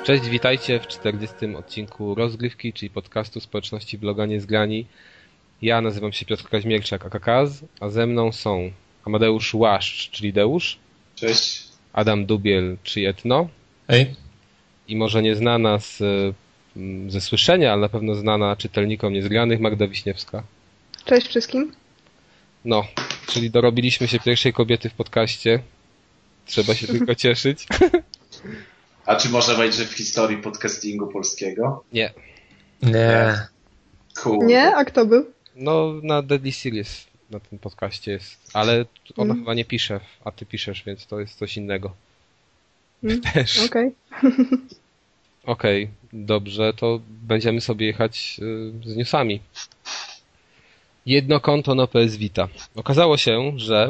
Cześć, witajcie w 40. odcinku Rozgrywki, czyli podcastu społeczności bloga Niezgrani. Ja nazywam się Piotr Kaźmierczak, aka Kaz, a ze mną są Amadeusz Łaszcz, czyli Deusz. Cześć. Adam Dubiel, czyli Etno. Hej. I może nieznana ze słyszenia, ale na pewno znana czytelnikom Niezgranych, Magda Wiśniewska. Cześć wszystkim. No, czyli dorobiliśmy się pierwszej kobiety w podcaście. Trzeba się tylko cieszyć. A czy może być, że w historii podcastingu polskiego? Nie. Nie. Cool. Nie? A kto był? No, na Deadly Series na tym podcaście jest, ale ona chyba nie pisze, a ty piszesz, więc to jest coś innego. Też. Okej. Okej, dobrze, to będziemy sobie jechać z newsami. Jedno konto na PS Vita. Okazało się, że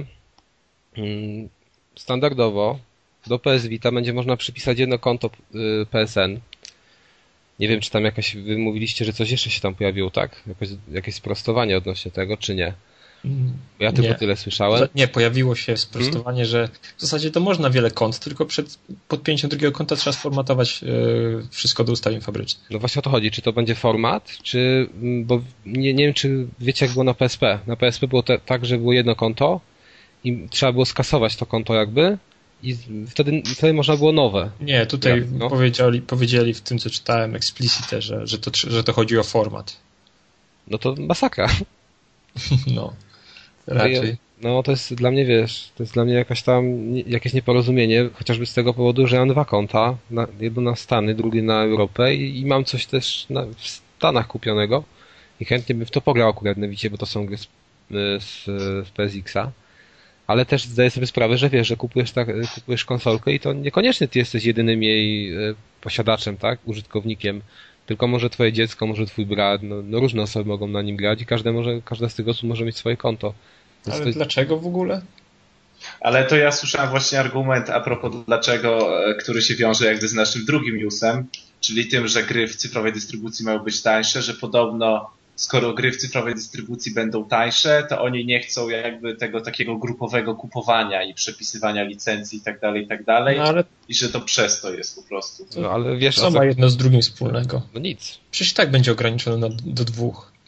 standardowo do PS Vita będzie można przypisać jedno konto PSN. Nie wiem, czy tam wy mówiliście, że coś jeszcze się tam pojawiło, tak? Jakieś sprostowanie odnośnie tego, czy nie? Ja tylko tyle słyszałem. Nie, pojawiło się sprostowanie, że w zasadzie to można wiele kont, tylko przed podpięciem drugiego konta trzeba sformatować wszystko do ustawień fabrycznych. No właśnie o to chodzi, czy to będzie format, czy... Bo nie wiem, czy wiecie, jak było na PSP. Na PSP było tak, że było jedno konto i trzeba było skasować to konto jakby i wtedy można było nowe. Nie, tutaj powiedzieli w tym, co czytałem explicite, że to chodzi o format. No to masakra. No, raczej. No to jest dla mnie, to jest dla mnie jakieś nieporozumienie, chociażby z tego powodu, że mam dwa konta, jedno na Stany, drugie na Europę i mam coś też w Stanach kupionego i chętnie bym w to pograł akurat na Wicie, bo to są gry z PSX-a. Ale też zdaję sobie sprawę, że wiesz, że kupujesz konsolkę i to niekoniecznie ty jesteś jedynym jej posiadaczem, tak? Użytkownikiem. Tylko może twoje dziecko, może twój brat, no różne osoby mogą na nim grać i każda z tych osób może mieć swoje konto. Więc ale dlaczego w ogóle? Ale to ja słyszałem właśnie argument a propos dlaczego, który się wiąże jakby z naszym drugim newsem, czyli tym, że gry w cyfrowej dystrybucji mają być tańsze, że podobno skoro gry w cyfrowej dystrybucji będą tańsze, to oni nie chcą jakby tego takiego grupowego kupowania i przepisywania licencji i tak dalej, no, ale... i że to przez to jest po prostu. No ale wiesz, co ma jedno z drugim wspólnego? No nic. Przecież i tak będzie ograniczone do 2.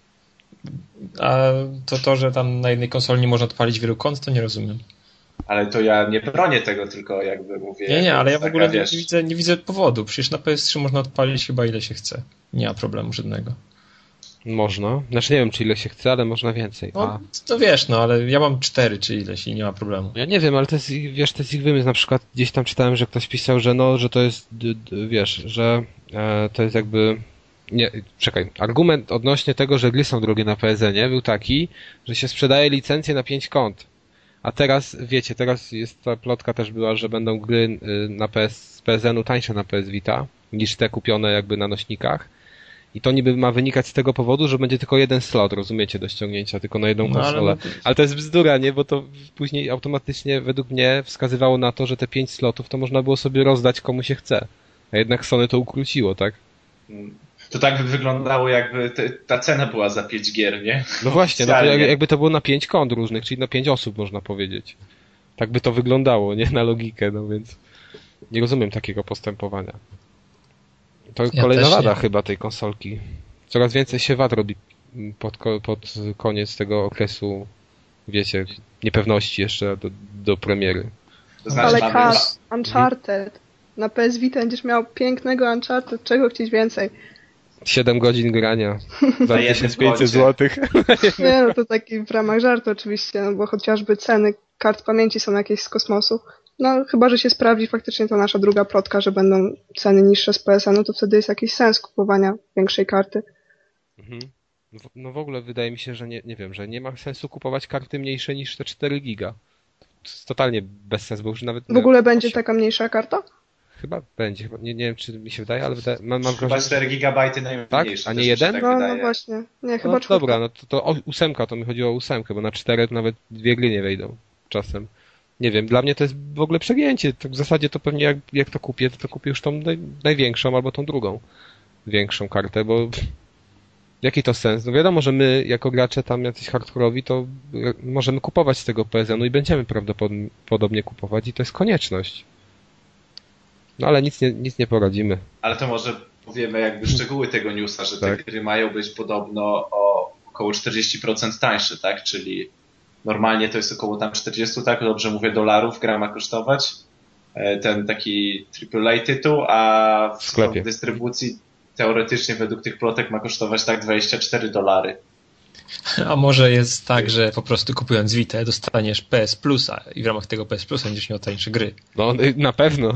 A to, że tam na jednej konsoli nie można odpalić wielu kont, to nie rozumiem. Ale to ja nie bronię tego, tylko jakby mówię... Nie, ale ja w ogóle nie widzę powodu. Przecież na PS3 można odpalić chyba ile się chce. Nie ma problemu żadnego. Można. Znaczy nie wiem, czy ile się chce, ale można więcej. No, to wiesz, ale ja mam 4 czy ileś i nie ma problemu. Ja nie wiem, ale to jest, wiesz, to jest ich wymysł. Na przykład gdzieś tam czytałem, że ktoś pisał, że że to jest, wiesz, że to jest jakby... Nie, czekaj. Argument odnośnie tego, że gry są drogie na PSN-ie był taki, że się sprzedaje licencje na 5 kont. A teraz, wiecie, teraz jest ta plotka też była, że będą gry z PSN-u tańsze na PS Vita niż te kupione jakby na nośnikach. I to niby ma wynikać z tego powodu, że będzie tylko jeden slot, rozumiecie, do ściągnięcia, tylko na jedną konsolę. Ale to jest bzdura, nie? Bo to później automatycznie według mnie wskazywało na to, że te 5 slotów to można było sobie rozdać komu się chce. A jednak Sony to ukróciło, tak? To tak by wyglądało, jakby ta cena była za 5 gier, nie? No właśnie, no to jakby to było na 5 kont różnych, czyli na 5 osób można powiedzieć. Tak by to wyglądało, nie? Na logikę, no więc nie rozumiem takiego postępowania. To ja kolejna wada chyba tej konsolki. Coraz więcej się wad robi pod koniec tego okresu, wiecie, niepewności jeszcze do premiery. To znaczy, ale Uncharted. Na PS Vita będziesz miał pięknego Uncharted, czego chcieć więcej? 7 godzin grania za 1500 zł. Nie, no to taki w ramach żartu oczywiście, no bo chociażby ceny kart pamięci są jakieś z kosmosu. No chyba, że się sprawdzi faktycznie ta nasza druga plotka, że będą ceny niższe z PSN-u, to wtedy jest jakiś sens kupowania większej karty. No w ogóle wydaje mi się, że nie wiem, że nie ma sensu kupować karty mniejsze niż te 4 giga. To jest totalnie bez sensu, bo już nawet... W ogóle będzie taka mniejsza karta? Chyba będzie. Nie wiem, czy mi się wydaje, ale mam wrażenie... Chyba 4 gigabajty najmniejsze. Tak? A nie 1? Tak no właśnie. Nie, chyba 4. Dobra, no to 8, to mi chodziło o 8, bo na 4 to nawet 2 gry nie wejdą czasem. Nie wiem, dla mnie to jest w ogóle przegięcie. To w zasadzie to pewnie jak to kupię, to kupię już tą największą albo tą drugą większą kartę, bo jaki to sens? No wiadomo, że my jako gracze tam jacyś hardkorowi to możemy kupować z tego PSN-u i będziemy prawdopodobnie kupować i to jest konieczność. No ale nic nie poradzimy. Ale to może powiemy jakby szczegóły tego newsa, że te Tak. gry mają być podobno o około 40% tańsze, tak? Czyli normalnie to jest około tam 40, tak? Dobrze mówię, dolarów gra ma kosztować ten taki AAA tytuł, a w sklepie dystrybucji teoretycznie według tych plotek ma kosztować tak $24. A może jest tak, że po prostu kupując Vitę dostaniesz PS Plusa i w ramach tego PS Plusa będziesz miał tańsze gry. No na pewno.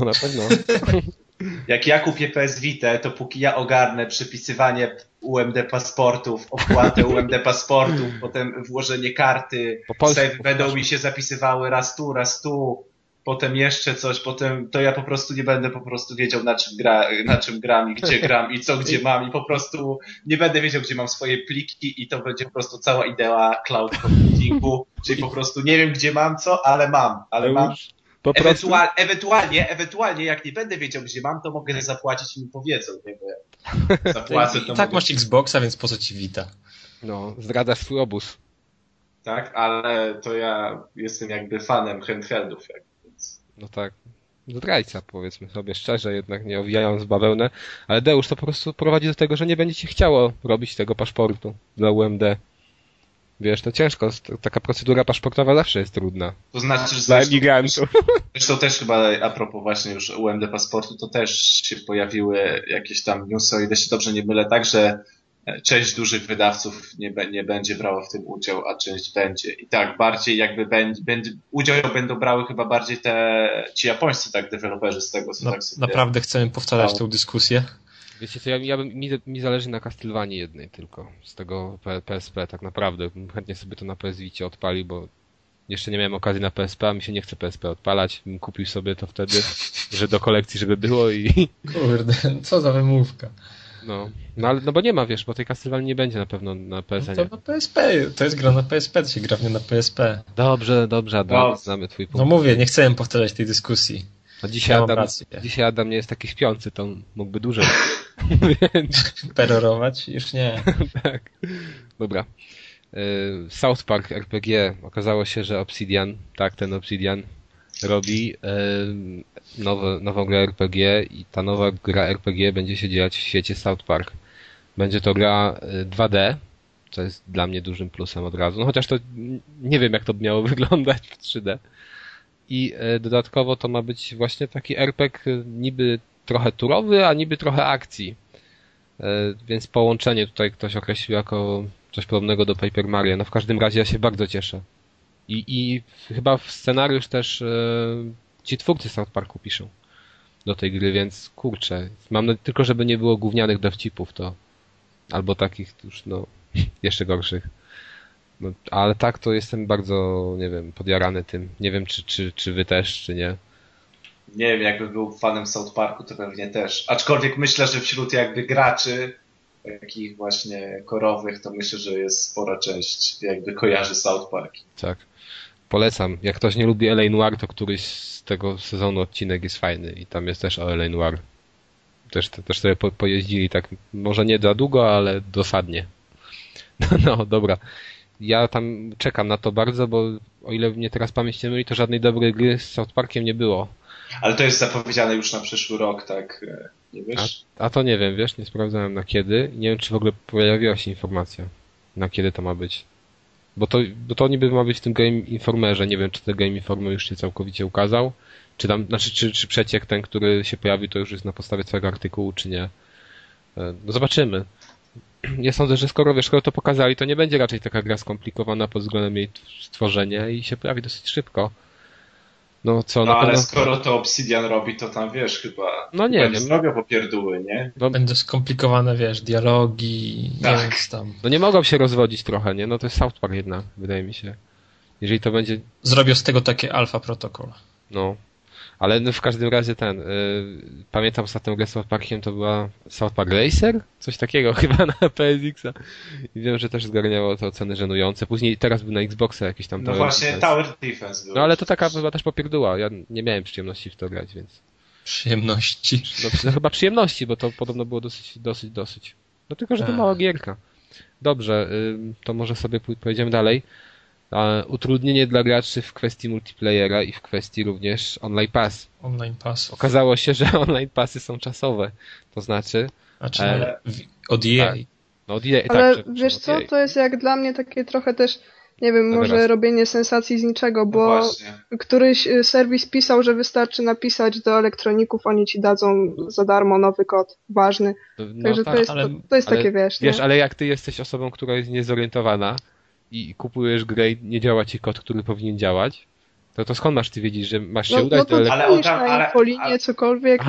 Jak ja kupię PS Vita, to póki ja ogarnę przepisywanie UMD paszportów, opłatę UMD paszportów, potem włożenie karty, Po polsku, save będą mi się zapisywały raz tu, potem jeszcze coś, potem to ja po prostu nie będę po prostu wiedział na czym gram i gdzie gram i co gdzie mam i po prostu nie będę wiedział, gdzie mam swoje pliki i to będzie po prostu cała idea cloud computingu, czyli po prostu nie wiem, gdzie mam co, ale mam. Po prostu... Ewentualnie jak nie będę wiedział, gdzie mam, to mogę zapłacić i mi powiedzą, nie? Bo jak zapłacę, to I tak mogę... masz Xboxa, więc po co ci Vita? No, zdradzasz swój obóz. Tak, ale to ja jestem jakby fanem handheldów. Więc... No tak. Zdrajca, powiedzmy sobie szczerze, jednak nie owijając w bawełnę, ale Deusz to po prostu prowadzi do tego, że nie będzie ci chciało robić tego paszportu dla UMD. Wiesz, to ciężko, taka procedura paszportowa zawsze jest trudna. To znaczy, że Dla emigrantów. zresztą też chyba a propos właśnie już UMD paszportu, to też się pojawiły jakieś tam newsy, o ile się dobrze nie mylę, tak, że część dużych wydawców nie będzie brała w tym udział, a część będzie. I tak, bardziej jakby udział będą brały chyba bardziej ci japońscy tak deweloperzy z tego, co tak sobie... Naprawdę chcemy powtarzać tę dyskusję? Wiecie co, mi zależy na Castlevanii jednej tylko, z tego PSP tak naprawdę. Chętnie sobie to na PS Vicie odpalił, bo jeszcze nie miałem okazji na PSP, a mi się nie chce PSP odpalać. Bym kupił sobie to wtedy, że do kolekcji, żeby było i... Kurde, co za wymówka. No ale bo nie ma, wiesz, bo tej Castlevanii nie będzie na pewno na PSN. No to na PSP, to jest gra na PSP, to się gra w nie na PSP. Dobrze, Adam, znamy twój punkt. No mówię, nie chcemy powtarzać tej dyskusji. A dzisiaj, Ja mam rację. dzisiaj Adam nie jest taki śpiący, to mógłby dłużej. Więc... Perorować? Już nie. Tak. Dobra. South Park RPG. Okazało się, że Obsidian, tak, ten Obsidian robi nową grę RPG i ta nowa gra RPG będzie się dziać w świecie South Park. Będzie to gra 2D, co jest dla mnie dużym plusem od razu. No chociaż to nie wiem, jak to miało wyglądać w 3D. I dodatkowo to ma być właśnie taki RPG niby trochę turowy, a niby trochę akcji. Więc połączenie tutaj ktoś określił jako coś podobnego do Paper Mario. No w każdym razie ja się bardzo cieszę. I chyba w scenariusz też ci twórcy South Parku piszą do tej gry, więc kurczę. Mam tylko, żeby nie było gównianych dowcipów, to albo takich już, no, jeszcze gorszych. No, ale tak, to jestem bardzo, nie wiem, podjarany tym. Nie wiem, czy wy też, czy nie. Nie wiem, jakby był fanem South Parku, to pewnie też. Aczkolwiek myślę, że wśród jakby graczy takich właśnie korowych, to myślę, że jest spora część jakby kojarzy South Park. Tak. Polecam. Jak ktoś nie lubi LA Noire, to któryś z tego sezonu odcinek jest fajny i tam jest też o LA Noire. Też sobie pojeździli tak, może nie za długo, ale dosadnie. No, dobra. Ja tam czekam na to bardzo, bo o ile mnie teraz pamięć nie myli, to żadnej dobrej gry z South Parkiem nie było. Ale to jest zapowiedziane już na przyszły rok, tak? Nie wiesz? A to nie wiem, wiesz, nie sprawdzałem na kiedy. Nie wiem, czy w ogóle pojawiła się informacja, na kiedy to ma być. Bo to niby ma być w tym Game Informerze. Nie wiem, czy ten Game Informer już się całkowicie ukazał. Czy tam, znaczy, czy przeciek ten, który się pojawi, to już jest na podstawie twojego artykułu, czy nie. No zobaczymy. Ja sądzę, że skoro to pokazali, to nie będzie raczej taka gra skomplikowana pod względem jej stworzenia i się pojawi dosyć szybko. No co, no ale pewno... skoro to Obsidian robi, to tam wiesz chyba. No nie wiem. Zrobią popierdóły, nie? No, będą skomplikowane, wiesz, dialogi, tak. nie wiem, co tam. No nie mogą się rozwodzić trochę, nie? No to jest South Park jednak, wydaje mi się. Jeżeli to będzie... Zrobią z tego takie alfa protokol. No. Ale no w każdym razie pamiętam ostatnią grę z South Parkiem, to była South Park Racer? Coś takiego chyba na PSX-a. I wiem, że też zgarniało to oceny żenujące. Później teraz był na Xboxa jakiś tam No właśnie Defense. Tower Defense był. No ale to taka była też popierduła. Ja nie miałem przyjemności w to grać, więc... Przyjemności? No chyba przyjemności, bo to podobno było dosyć. No tylko, że to mała gierka. Dobrze, to może sobie pojedziemy dalej. utrudnienie dla graczy w kwestii multiplayera i w kwestii również online pass. Online pass. Okazało się, że online passy są czasowe. To znaczy... Od EA. Tak. No od EA, Ale tak, wiesz co, to jest jak dla mnie takie trochę też, nie wiem, może teraz. robienie sensacji z niczego, bo któryś serwis pisał, że wystarczy napisać do elektroników, oni ci dadzą za darmo nowy kod ważny. Także tak, to jest takie, wiesz. Wiesz, ale jak ty jesteś osobą, która jest niezorientowana i kupujesz grę i nie działa ci kod, który powinien działać, to skąd masz ty wiedzieć, że masz się udać do elektroników? Na infolinie, cokolwiek.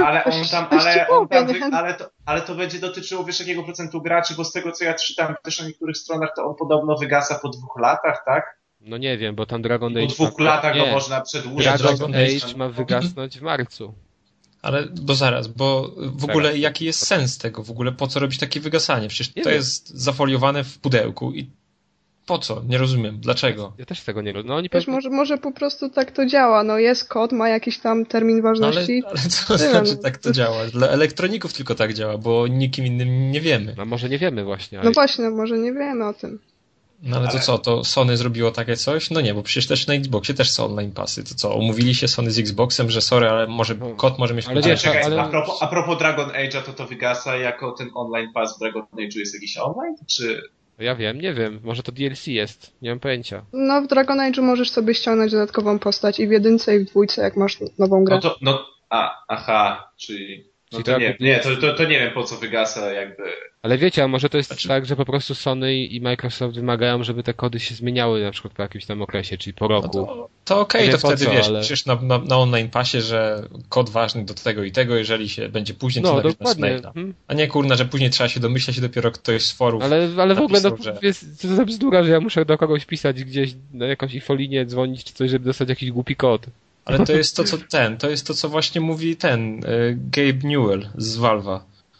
Ale to będzie dotyczyło wiesz jakiego procentu graczy, bo z tego co ja czytam też na niektórych stronach, to on podobno wygasa po 2 latach, tak? No nie wiem, bo tam Dragon Age... Po 2 latach go można przedłużyć. Dragon Age ma wygasnąć w marcu. Ale, bo w ogóle jaki jest sens tego? W ogóle po co robić takie wygasanie? Przecież to jest zafoliowane w pudełku i po co? Nie rozumiem. Dlaczego? Ja też tego nie rozumiem. No, oni wiesz, może po prostu tak to działa. No jest kod, ma jakiś tam termin ważności. Ale co znaczy tak to działa? Dla elektroników tylko tak działa, bo nikim innym nie wiemy. No może nie wiemy właśnie. No właśnie, może nie wiemy o tym. No ale to co, to Sony zrobiło takie coś? No nie, bo przecież też na Xboxie też są online passy. To co, umówili się Sony z Xboxem, że sorry, ale może kod może mieć... Ale czekaj, a propos Dragon Age'a, to wygasa jako ten online pass w Dragon Age'u jest jakiś online? Czy... Ja wiem, nie wiem. Może to DLC jest. Nie mam pojęcia. No w Dragon Age'u możesz sobie ściągnąć dodatkową postać i w 1 i w 2, jak masz nową grę. Czyli... No to nie wiem po co wygasa jakby... Ale wiecie, a może to jest tak, że po prostu Sony i Microsoft wymagają, żeby te kody się zmieniały na przykład po jakimś tam okresie, czyli po roku. No to okej, to wtedy wiesz, przecież na online passie, że kod ważny do tego i tego, jeżeli się będzie później, to napisz maila. A nie kurna, że później trzeba się domyślać i dopiero ktoś z forów ale w ogóle że... jest to za bzdura, że ja muszę do kogoś pisać gdzieś na jakąś infolinię, dzwonić czy coś, żeby dostać jakiś głupi kod. Ale to jest to, co właśnie mówi Gabe Newell z Valve'a.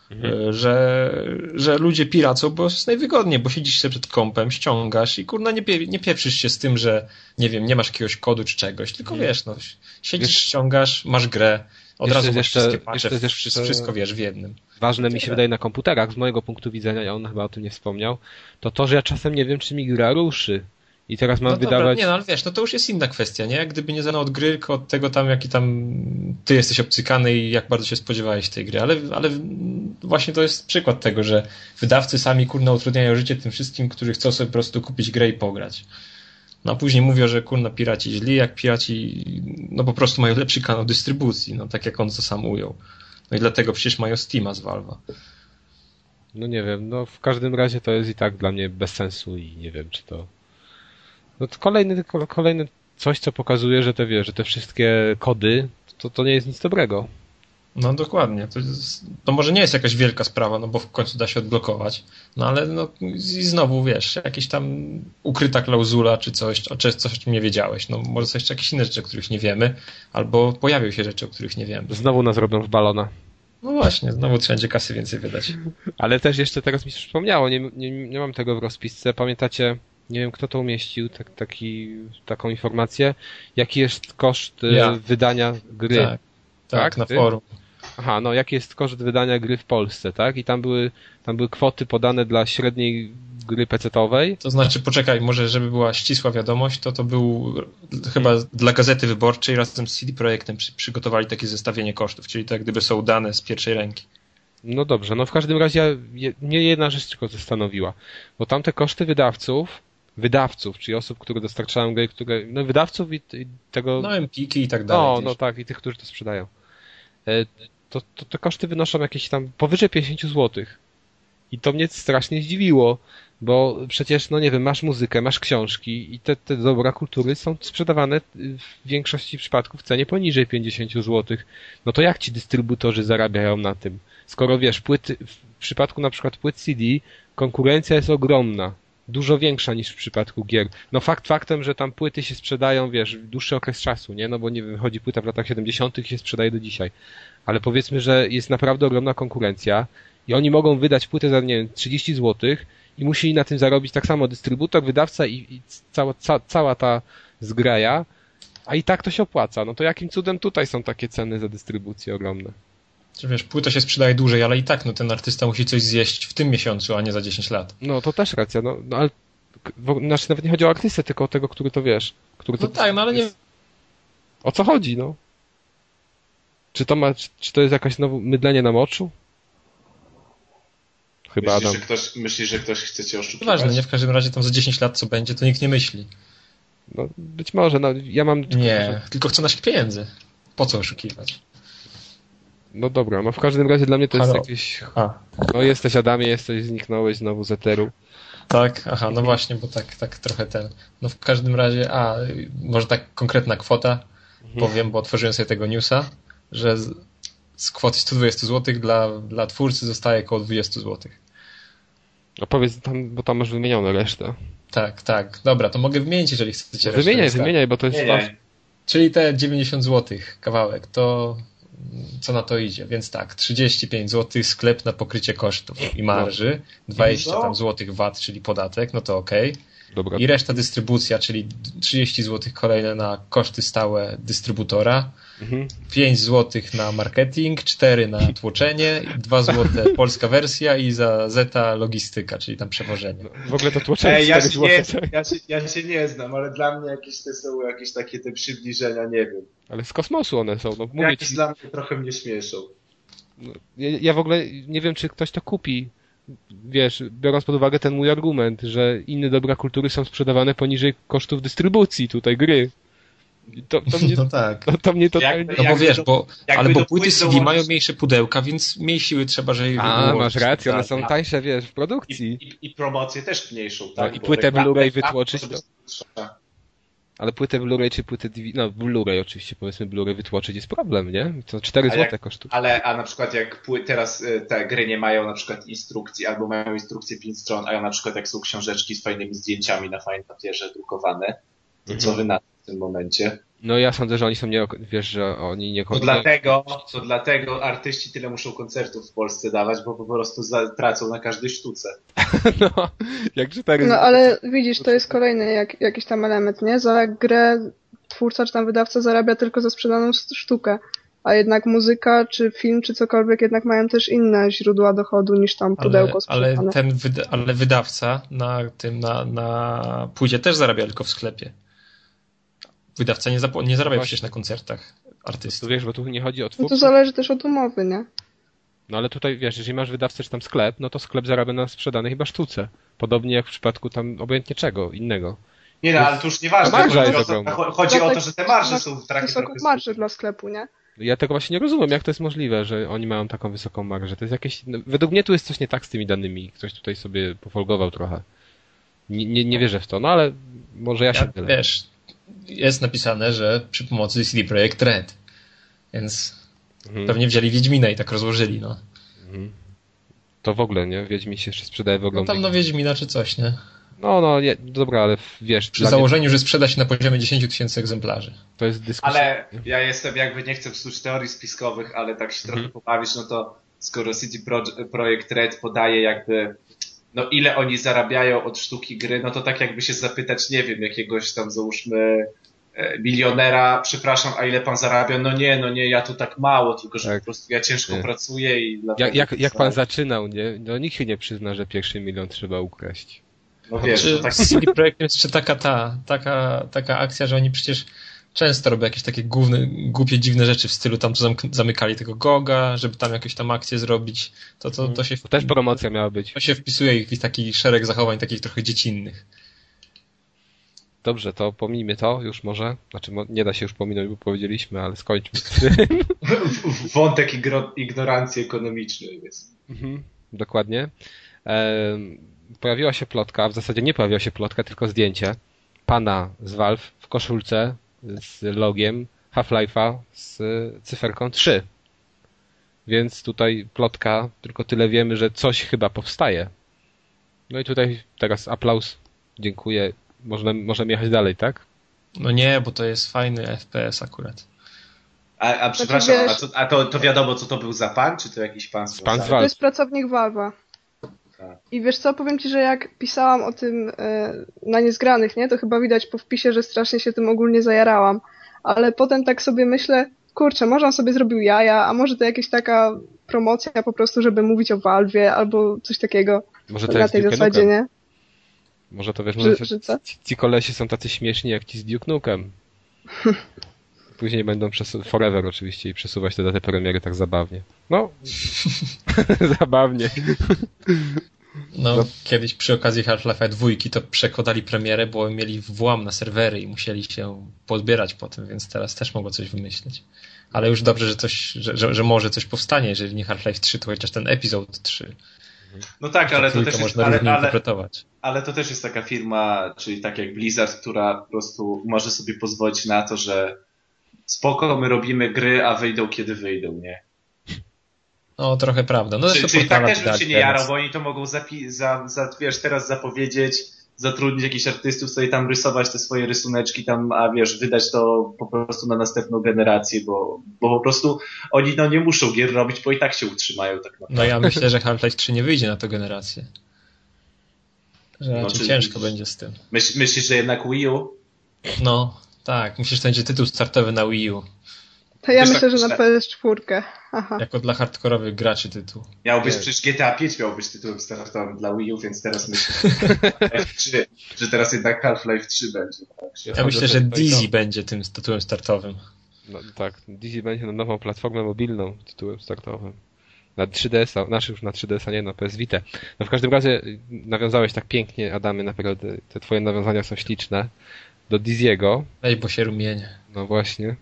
Że ludzie piracą, bo jest najwygodniej, bo siedzisz sobie przed kompem, ściągasz i kurna nie pieprzysz się z tym, że nie wiem, nie masz jakiegoś kodu czy czegoś, tylko wiesz, no siedzisz, ściągasz, masz grę, od razu masz wszystkie patche, wszystko wiesz w jednym. Ważne mi się wydaje na komputerach, z mojego punktu widzenia, on chyba o tym nie wspomniał, to, że ja czasem nie wiem, czy mi gra ruszy. I teraz mam wydawać... Dobra, nie, no ale wiesz, no to już jest inna kwestia, nie? Gdyby nie zależało od gry, tylko od tego tam, jaki tam ty jesteś obcykany i jak bardzo się spodziewałeś tej gry, ale właśnie to jest przykład tego, że wydawcy sami kurna utrudniają życie tym wszystkim, którzy chcą sobie po prostu kupić grę i pograć. No a później mówią, że kurna piraci źli, jak piraci no po prostu mają lepszy kanał dystrybucji, no tak jak on to sam ujął. No i dlatego przecież mają Steama z Valve'a. No nie wiem, no w każdym razie to jest i tak dla mnie bez sensu i nie wiem, czy to... No to kolejny coś, co pokazuje, że te wszystkie kody, to nie jest nic dobrego. No dokładnie. To może nie jest jakaś wielka sprawa, no bo w końcu da się odblokować. No ale no i znowu wiesz, jakieś tam ukryta klauzula czy coś o czym nie wiedziałeś. No może są jeszcze jakieś inne rzeczy, o których nie wiemy, albo pojawią się rzeczy, o których nie wiemy. Znowu nas robią w balona. No właśnie, znowu trzeba będzie kasy więcej wydać. Ale też jeszcze teraz mi się przypomniało, nie mam tego w rozpisce. Pamiętacie, nie wiem kto to umieścił, taką informację, jaki jest koszt wydania gry. Tak, na forum. Aha, no jaki jest koszt wydania gry w Polsce, tak? I tam były kwoty podane dla średniej gry pecetowej. To znaczy, poczekaj, może żeby była ścisła wiadomość, to był chyba dla Gazety Wyborczej razem z CD Projektem przygotowali takie zestawienie kosztów, czyli tak gdyby są dane z pierwszej ręki. No dobrze, no w każdym razie mnie jedna rzecz tylko zastanowiła, bo tamte koszty wydawców, czyli osób, które dostarczają gry, wydawców i tego... No Empiki i tak dalej. No tak, i tych, którzy to sprzedają. To te koszty wynoszą jakieś tam powyżej 50 zł. I to mnie strasznie zdziwiło, bo przecież, no nie wiem, masz muzykę, masz książki i te dobra kultury są sprzedawane w większości przypadków w cenie poniżej 50 zł. No to jak ci dystrybutorzy zarabiają na tym? Skoro wiesz, w przypadku na przykład płyt CD konkurencja jest ogromna. Dużo większa niż w przypadku gier. No faktem, że tam płyty się sprzedają, wiesz, w dłuższy okres czasu, nie? No bo nie wiem, wychodzi płyta w latach 70. i się sprzedaje do dzisiaj. Ale powiedzmy, że jest naprawdę ogromna konkurencja i oni mogą wydać płytę za, nie wiem, 30 zł i musieli na tym zarobić tak samo dystrybutor, wydawca i cała ta zgraja, a i tak to się opłaca. No to jakim cudem tutaj są takie ceny za dystrybucję ogromne? Czy wiesz, płyta się sprzedaje dłużej, ale i tak no ten artysta musi coś zjeść w tym miesiącu, a nie za 10 lat. No to też racja, no ale Znaczy nawet nie chodzi o artystę, tylko o tego, który to wiesz. Który to No tak, no ale nie... O co chodzi, no? Czy to jest jakaś znowu mydlenie nam oczu? Chyba Adam. Myślisz, że ktoś chce cię oszukiwać? Ważne, nie? W każdym razie tam za 10 lat co będzie, to nikt nie myśli. No, być może, no ja mam... Nie, tylko chcą naszych pieniędzy. Po co oszukiwać? No dobra, no w każdym razie dla mnie to jest Halo. jakieś... A, No jesteś Adamie, zniknąłeś znowu z eteru. tak? Aha, no właśnie, bo tak trochę ten... No w każdym razie, może tak konkretna kwota, powiem, bo otworzyłem sobie tego newsa, że z kwoty 120 zł dla twórcy zostaje około 20 zł. No powiedz tam, bo tam masz wymienione resztę. Tak. Dobra, to mogę wymienić, jeżeli chcecie resztę. Wymieniaj, bo to jest... Nie. Czyli te 90 zł kawałek, to co na to idzie? Więc tak, 35 zł sklep na pokrycie kosztów i marży, 20 tam złotych VAT, czyli podatek, no to okej. Dobra. I reszta dystrybucja, czyli 30 zł kolejne na koszty stałe dystrybutora, 5 zł na marketing, 4 na tłoczenie, 2 zł polska wersja i za zeta logistyka, czyli tam przewożenie. W ogóle to tłoczenie 4 zł. Ja się nie znam, ale dla mnie są jakieś takie te przybliżenia, nie wiem. Ale z kosmosu one są, no mówię Jakieś ci. dla mnie trochę mnie śmieszą. No, ja w ogóle nie wiem, czy ktoś to kupi. Wiesz, biorąc pod uwagę ten mój argument, że inne dobra kultury są sprzedawane poniżej kosztów dystrybucji tutaj gry. I to mnie, No tak. to mnie totalnie... No bo wiesz, bo płyty płyt CD dołączyć- mają mniejsze pudełka, więc mniej siły trzeba, żeby masz rację, one są tańsze, wiesz, w produkcji. I promocję też mniejszą, tak? No i Bo płytę reklamy- Blu-ray wytłoczyć, żeby- Ale płytę Blu-ray czy płytę DVD... No, Blu-ray oczywiście, powiedzmy Blu-ray wytłoczyć jest problem, nie? To 4 zł kosztuje. A na przykład jak teraz te gry nie mają na przykład instrukcji, albo mają instrukcję 5 stron, a ja na przykład jak są książeczki z fajnymi zdjęciami na fajnym papierze drukowane, to co wy na to w tym momencie? No ja sądzę, że oni są wiesz, że oni nie... To dlatego artyści tyle muszą koncertów w Polsce dawać, bo po prostu tracą na każdej sztuce. No, jak 4 No ale widzisz, to jest kolejny jakiś tam element, nie? Za grę twórca czy tam wydawca zarabia tylko za sprzedaną sztukę, a jednak muzyka, czy film, czy cokolwiek jednak mają też inne źródła dochodu niż tam pudełko sprzedane. Ale wydawca na płycie też zarabia tylko w sklepie. Wydawca nie zarabia przecież na koncertach artystów. Wiesz, bo tu nie chodzi o No twórców. to zależy też od umowy, nie? No ale tutaj, wiesz, jeżeli masz wydawcę czy tam sklep, no to sklep zarabia na sprzedanej chyba sztuce. Podobnie jak w przypadku tam obojętnie czego innego. Nie no, ale to już nieważne. Marża Chodzi, jest o ogromna. to, chodzi o to, że te marże Masz są w trakcie wysoką marżę dla sklepu, nie? Ja tego właśnie nie rozumiem, jak to jest możliwe, że oni mają taką wysoką marżę. To jest jakieś... No, według mnie tu jest coś nie tak z tymi danymi. Ktoś tutaj sobie pofolgował trochę. Nie wierzę w to, no ale może ja się mylę. Wiesz, jest napisane, że przy pomocy CD Projekt Red. Więc pewnie wzięli Wiedźmina i tak rozłożyli, no. To w ogóle, nie? Wiedźmin się jeszcze sprzedaje w No ogóle. tam Wiedźmina czy coś, nie? No, nie, dobra, ale wiesz... Przy założeniu, że sprzeda się na poziomie 10 000 egzemplarzy. To jest dyskusja. Ale ja jestem, jakby nie chcę psuć teorii spiskowych, ale tak się trochę pobawić, no to skoro CD Projekt Red podaje jakby, no ile oni zarabiają od sztuki gry, no to tak jakby się zapytać, nie wiem, jakiegoś tam załóżmy milionera, przepraszam, a ile pan zarabia? No nie, ja tu tak mało, tylko że po prostu ja ciężko pracuję i dlatego... Jak pan zaczynał, nie? No nikt się nie przyzna, że pierwszy milion trzeba ukraść. No wiesz, Czy to tak... CD Projekt jest jeszcze taka akcja, że oni przecież często robią jakieś takie głupie, dziwne rzeczy w stylu tam to zamykali tego GOG-a, żeby tam jakieś tam akcje zrobić. To się... To też promocja miała być. To się wpisuje ich w taki szereg zachowań takich trochę dziecinnych. Dobrze, to pomijmy to już może. Znaczy nie da się już pominąć, bo powiedzieliśmy, ale skończmy. Wątek ignorancji ekonomicznej jest. Dokładnie. Pojawiła się plotka, w zasadzie nie pojawiła się plotka, tylko zdjęcie pana z Valve w koszulce z logiem Half-Life'a z cyferką 3. Więc tutaj plotka, tylko tyle wiemy, że coś chyba powstaje. No i tutaj teraz aplauz. Dziękuję. Możemy jechać dalej, tak? No nie, bo to jest fajny FPS akurat. A przepraszam, to wiadomo, co to był za pan? Czy to jakiś pan z Pan z To Valve. jest pracownik Valve'a. I wiesz co, powiem ci, że jak pisałam o tym na Niezgranych, nie, to chyba widać po wpisie, że strasznie się tym ogólnie zajarałam. Ale potem tak sobie myślę, kurczę, może on sobie zrobił jaja, a może to jakaś taka promocja po prostu, żeby mówić o Valve'ie albo coś takiego Może to na jest tej Duke zasadzie, Nukem. nie? Może to wiesz, może Że co? ci kolesi są tacy śmieszni jak ci z Duke Nukem. Później będą forever oczywiście i przesuwać te daty premiery tak zabawnie. No, zabawnie. No, kiedyś przy okazji Half-Life'a 2 to przekładali premierę, bo mieli włam na serwery i musieli się pozbierać po tym, więc teraz też mogą coś wymyślić. Ale już dobrze, że może coś powstanie, jeżeli nie Half-Life 3, to chociaż ten epizod 3. No tak, ale to też jest, można różnie interpretować. Ale to też jest taka firma, czyli tak jak Blizzard, która po prostu może sobie pozwolić na to, że spoko, my robimy gry, a wyjdą kiedy wyjdą, nie? No, trochę prawda. No, Czyli tak też bym się nie jarał, bo oni to mogą wiesz, teraz zapowiedzieć, zatrudnić jakichś artystów, sobie tam rysować te swoje rysuneczki tam, a wiesz, wydać to po prostu na następną generację, bo po prostu oni nie muszą gier robić, bo i tak się utrzymają tak naprawdę. No ja myślę, że Half-Life 3 nie wyjdzie na tę generację. Że raczej ciężko będzie z tym. Myślisz, że jednak Wii U? No, tak. Myślę, że to będzie tytuł startowy na Wii U. To ja myślę, że na PS4. Aha. Jako dla hardkorowych graczy tytuł. Przecież GTA 5 miał być tytułem startowym dla Wii U, więc teraz myślę, że teraz jednak Half-Life 3 będzie. Tak? Ja myślę, że Dizzy będzie tym tytułem startowym. No, tak, Dizzy będzie na nową platformę mobilną tytułem startowym. Na 3DS-a, już na 3DS-a, nie, na PS Vita. No w każdym razie nawiązałeś tak pięknie, Adamy, naprawdę te twoje nawiązania są śliczne. Do Dizzy'ego. Ej, bo się rumienie. No właśnie.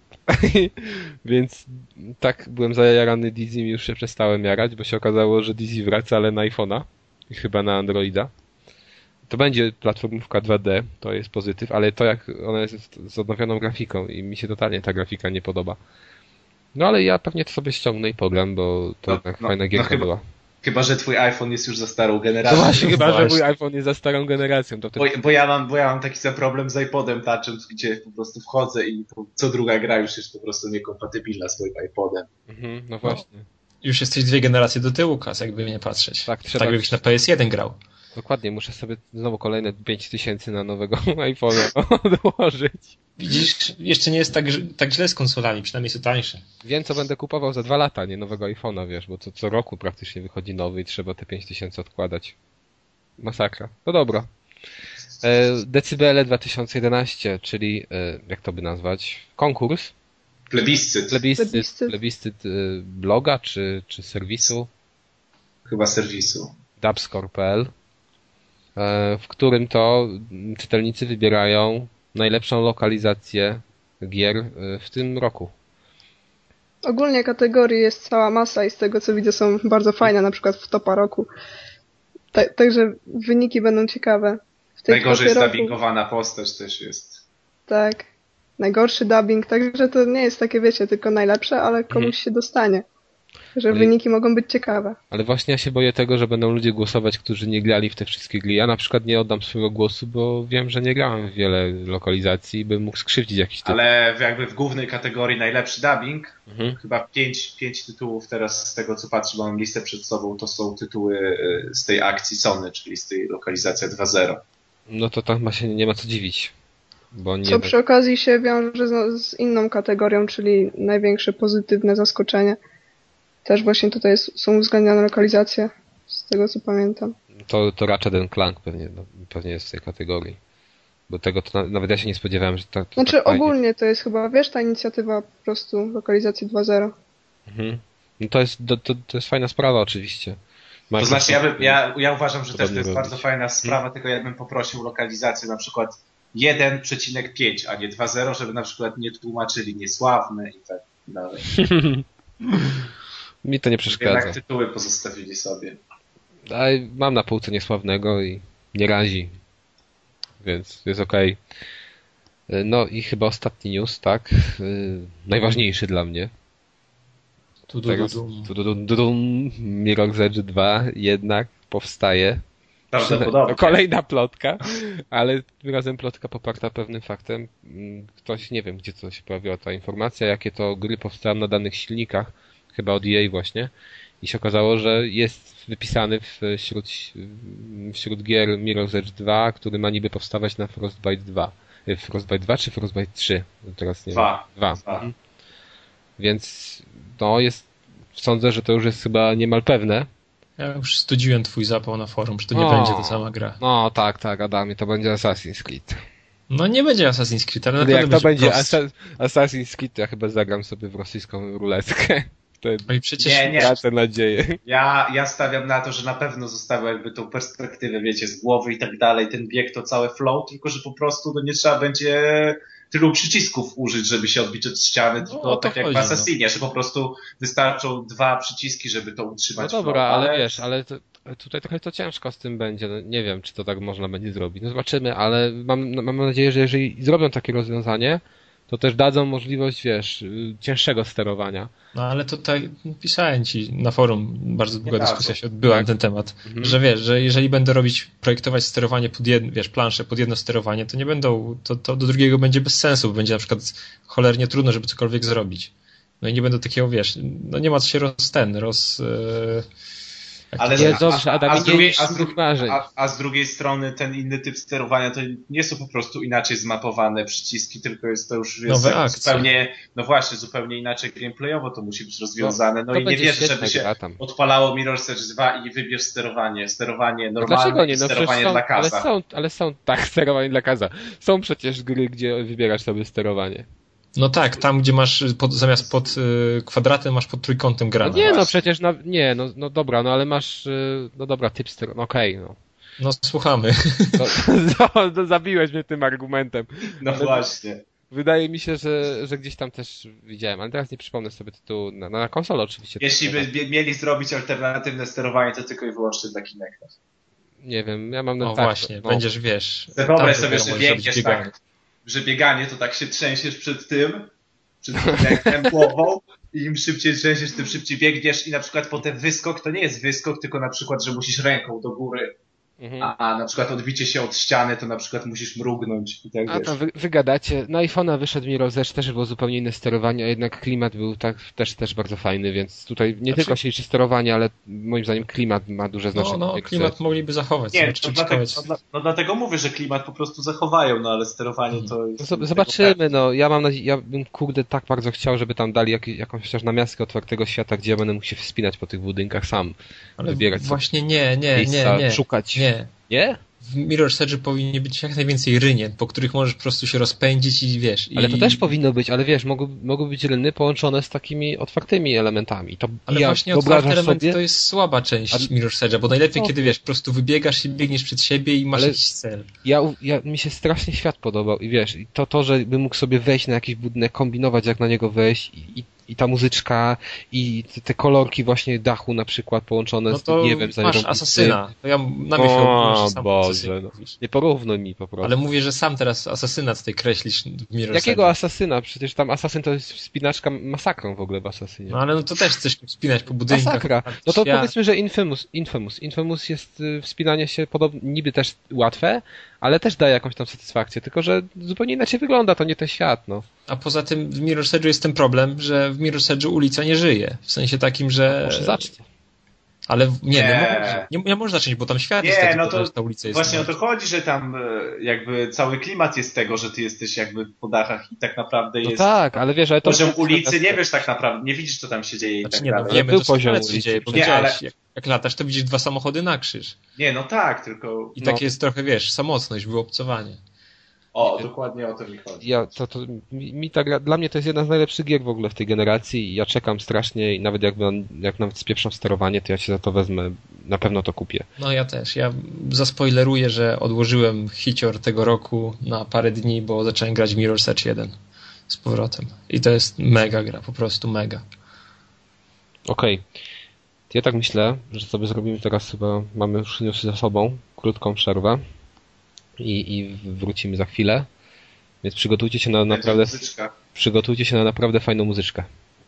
Więc tak byłem zajarany Dizzy i już się przestałem jarać, bo się okazało, że Dizzy wraca, ale na iPhone'a i chyba na Androida. To będzie platformówka 2D, to jest pozytyw, ale to jak ona jest z odnowioną grafiką i mi się totalnie ta grafika nie podoba. No ale ja pewnie to sobie ściągnę i pogram, bo to jednak fajna gierka była. Chyba, że twój iPhone jest już za starą generacją. No właśnie, chyba, że mój iPhone jest za starą generacją. To wtedy... bo ja mam taki sam problem z iPodem Touchem, gdzie po prostu wchodzę i co druga gra już jest po prostu niekompatybilna z moim iPodem. No właśnie. Już jesteś 2 generacje do tyłu, Kas, jakby nie patrzeć. Tak, jakbyś na PS1 grał. Dokładnie, muszę sobie znowu kolejne 5000 na nowego iPhone'a odłożyć. Widzisz, jeszcze nie jest tak źle z konsolami, przynajmniej są tańsze. Wiem, co będę kupował za 2 lata, nie nowego iPhone'a, wiesz, bo co roku praktycznie wychodzi nowy i trzeba te 5000 odkładać. Masakra. No dobra. Decybele 2011, czyli, jak to by nazwać? Konkurs? Plebiscyt bloga czy serwisu? Chyba serwisu. Dubscore.pl, w którym to czytelnicy wybierają najlepszą lokalizację gier w tym roku. Ogólnie kategorii jest cała masa i z tego co widzę są bardzo fajne, na przykład w topa roku. Także wyniki będą ciekawe. Najgorzej jest dubbingowana postać też jest. Tak. Najgorszy dubbing, także to nie jest takie, wiecie, tylko najlepsze, ale komuś się dostanie. Że wyniki mogą być ciekawe. Ale właśnie ja się boję tego, że będą ludzie głosować, którzy nie grali w te wszystkie gry. Ja na przykład nie oddam swojego głosu, bo wiem, że nie grałem w wiele lokalizacji i bym mógł skrzywdzić jakiś tytuł. Ale jakby w głównej kategorii najlepszy dubbing, chyba 5 tytułów teraz z tego co patrzę, bo mam listę przed sobą, to są tytuły z tej akcji Sony, czyli z tej lokalizacja 2.0. No to tam się nie ma co dziwić. Co przy okazji się wiąże z inną kategorią, czyli największe pozytywne zaskoczenie. Też właśnie tutaj są uwzględnione lokalizacje, z tego co pamiętam. To Ratchet & Clank pewnie jest w tej kategorii. Bo tego to nawet ja się nie spodziewałem, że to znaczy tak fajnie. Ogólnie to jest chyba, wiesz, ta inicjatywa po prostu lokalizacji 2.0. No to jest fajna sprawa oczywiście. To znaczy ja uważam, że też to jest bardzo fajna sprawa, tylko ja bym poprosił lokalizację na przykład 1,5, a nie 2.0, żeby na przykład nie tłumaczyli niesławne i tak dalej. Mi to nie przeszkadza. Jednak tytuły pozostawili sobie. Mam na półce niesławnego i nie razi. Więc jest okej. No i chyba ostatni news, tak? Najważniejszy dla mnie. Mirror's Edge 2 jednak powstaje. Prawdopodobnie. Kolejna plotka, ale tym razem plotka poparta pewnym faktem. Ktoś, nie wiem gdzie to się pojawiła ta informacja, jakie to gry powstają na danych silnikach, chyba od EA właśnie, i się okazało, że jest wypisany wśród gier Mirror's Edge 2, który ma niby powstawać na Frostbite 2. Frostbite 2 czy Frostbite 3? Teraz nie wiem. 2. Więc sądzę, że to już jest chyba niemal pewne. Ja już studziłem twój zapał na forum, że to nie będzie ta sama gra. No tak, Adamie, to będzie Assassin's Creed. No nie będzie Assassin's Creed, ale na Jak pewno to będzie Assassin's Assassin's Creed, to ja chyba zagram sobie w rosyjską ruletkę. No i przecież Nie. Tracę nadzieję. Ja stawiam na to, że na pewno zostało jakby tą perspektywę, wiecie, z głowy i tak dalej, ten bieg to całe flow, tylko że po prostu nie trzeba będzie tylu przycisków użyć, żeby się odbić od ściany, tylko tak jak w Assassinie, że po prostu wystarczą 2 przyciski, żeby to utrzymać. No dobra, ale wiesz, ale tutaj trochę to ciężko z tym będzie. No, nie wiem, czy to tak można będzie zrobić. No zobaczymy, ale mam nadzieję, że jeżeli zrobią takie rozwiązanie, to też dadzą możliwość, wiesz, cięższego sterowania. No ale to tak, pisałem ci na forum, bardzo długa dyskusja się odbyła na ten temat, że wiesz, że jeżeli będę projektować sterowanie planszę pod jedno sterowanie, to nie będą, to do drugiego będzie bez sensu, bo będzie na przykład cholernie trudno, żeby cokolwiek zrobić. No i nie będą takiego, wiesz, no nie ma co się ale nie, dobrze, Adam, a z drugiej strony ten inny typ sterowania to nie są po prostu inaczej zmapowane przyciski, tylko jest to już zupełnie, no właśnie, zupełnie inaczej gameplayowo to musi być rozwiązane. No i nie wierzę, żeby się odpalało Mirror's Edge 2 i wybierz sterowanie normalne i sterowanie dla kaza. Ale są sterowanie dla kaza. Są przecież gry, gdzie wybierasz sobie sterowanie. No tak, tam gdzie masz zamiast pod kwadratem masz pod trójkątem grane. No nie, no przecież, no dobra, no ale masz, no dobra, typ sterowania, no okej, no. No słuchamy. Zabiłeś mnie tym argumentem. No ale właśnie. Wydaje mi się, że gdzieś tam też widziałem, ale teraz nie przypomnę sobie tytułu, na konsolę oczywiście. Jeśli by mieli zrobić alternatywne sterowanie, to tylko i wyłącznie dla Kinecta. Nie wiem, ja mam na właśnie, będziesz, wiesz... Wyobraź sobie, że biegniesz tak, że bieganie to tak się trzęsiesz przed tym jak głową i im szybciej trzęsiesz, tym szybciej biegniesz i na przykład potem wyskok to nie jest wyskok, tylko na przykład, że musisz ręką do góry, a na przykład odbicie się od ściany to na przykład musisz mrugnąć i tak. A to wy gadacie, na iPhone'a wyszedł Mirror's Edge, też było zupełnie inne sterowanie, a jednak klimat był też bardzo fajny, więc tutaj nie tylko się liczy sterowanie, ale moim zdaniem klimat ma duże znaczenie. No, klimat mogliby zachować. Nie, dlatego mówię, że klimat po prostu zachowają, no ale sterowanie to jest... Zobaczymy, no. Ja bym tak bardzo chciał, żeby tam dali jakąś chociaż namiastkę otwartego świata, gdzie ja będę mógł się wspinać po tych budynkach sam. Ale wybierać właśnie nie. Szukać. Nie? W Mirror's Edge powinni być jak najwięcej rynien, po których możesz po prostu się rozpędzić i wiesz... Ale to też powinno być, ale wiesz, mogą być ryny połączone z takimi otwartymi elementami. Ale właśnie otwarte elementy to jest słaba część Mirror's Edge'a, bo najlepiej kiedy wiesz, po prostu wybiegasz i biegniesz przed siebie i masz jakiś cel. Mi się strasznie świat podobał i wiesz, że bym mógł sobie wejść na jakiś budynek, kombinować jak na niego wejść i ta muzyczka i te kolorki właśnie dachu na przykład połączone z, nie wiem, masz Asasyna. To ja na mnie się sam Boże, no. Nie porównuj mi po prostu. Ale mówię, że sam teraz Asasyna tutaj kreślisz w Mirror's Edge. Jakiego Asasyna? Przecież tam Asasyn to jest wspinaczka masakrą w ogóle w Asasynie. No ale to też chcesz wspinać po budynkach. Masakra. No to powiedzmy, że Infamous jest wspinanie się niby też łatwe, ale też daje jakąś tam satysfakcję, tylko że zupełnie inaczej wygląda, to nie ten świat, no. A poza tym w Mirror's Edge'u jest ten problem, że w Mirror's Edge'u ulica nie żyje. W sensie takim, że... Może zacznie. Ale nie możesz zacząć, bo tam świat jest taki, no to ta ulica jest... Właśnie o to chodzi, że tam jakby cały klimat jest tego, że ty jesteś jakby po dachach i tak naprawdę jest... No tak, ale wiesz, ale to... Poziom ulicy nie wiesz tak naprawdę, nie widzisz co tam się dzieje i tak dalej. No wiemy, co się dzieje, bo jak latasz, to widzisz 2 samochody na krzyż. Nie, no tak, tylko... I tak jest trochę, wiesz, samotność, wyobcowanie. O, dokładnie o to mi chodzi. Dla mnie to jest jedna z najlepszych gier w ogóle w tej generacji i ja czekam strasznie i nawet jak nawet spieprzą sterowanie, to ja się za to wezmę, na pewno to kupię. No ja też. Ja zaspoileruję, że odłożyłem hicior tego roku na parę dni, bo zacząłem grać w Mirror's Edge 1 z powrotem. I to jest mega gra, po prostu mega. Okej. Ja tak myślę, że sobie zrobimy teraz chyba, mamy już za sobą krótką przerwę. I wrócimy za chwilę. Więc przygotujcie się na naprawdę fajną muzyczkę.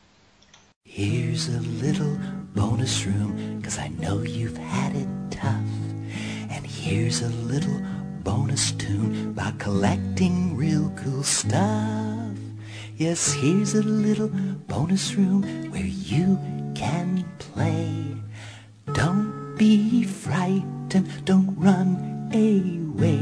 Here's a little bonus room, 'cause I know you've had it tough. And here's a little bonus tune about collecting real cool stuff. Yes, here's a little bonus room where you can play. Don't be frightened, don't run away.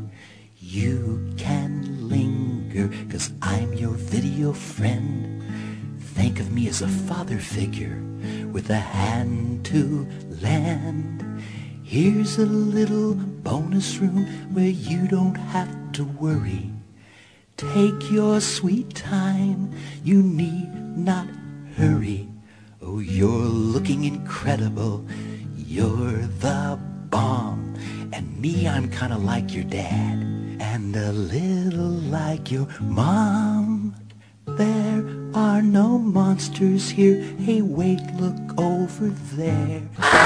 You can linger, 'cause I'm your video friend. Think of me as a father figure with a hand to land. Here's a little bonus room where you don't have to worry. Take your sweet time, you need not hurry. Oh, you're looking incredible, you're the bomb. And me, I'm kinda like your dad, and a little like your mom. There are no monsters here, hey wait, look over there.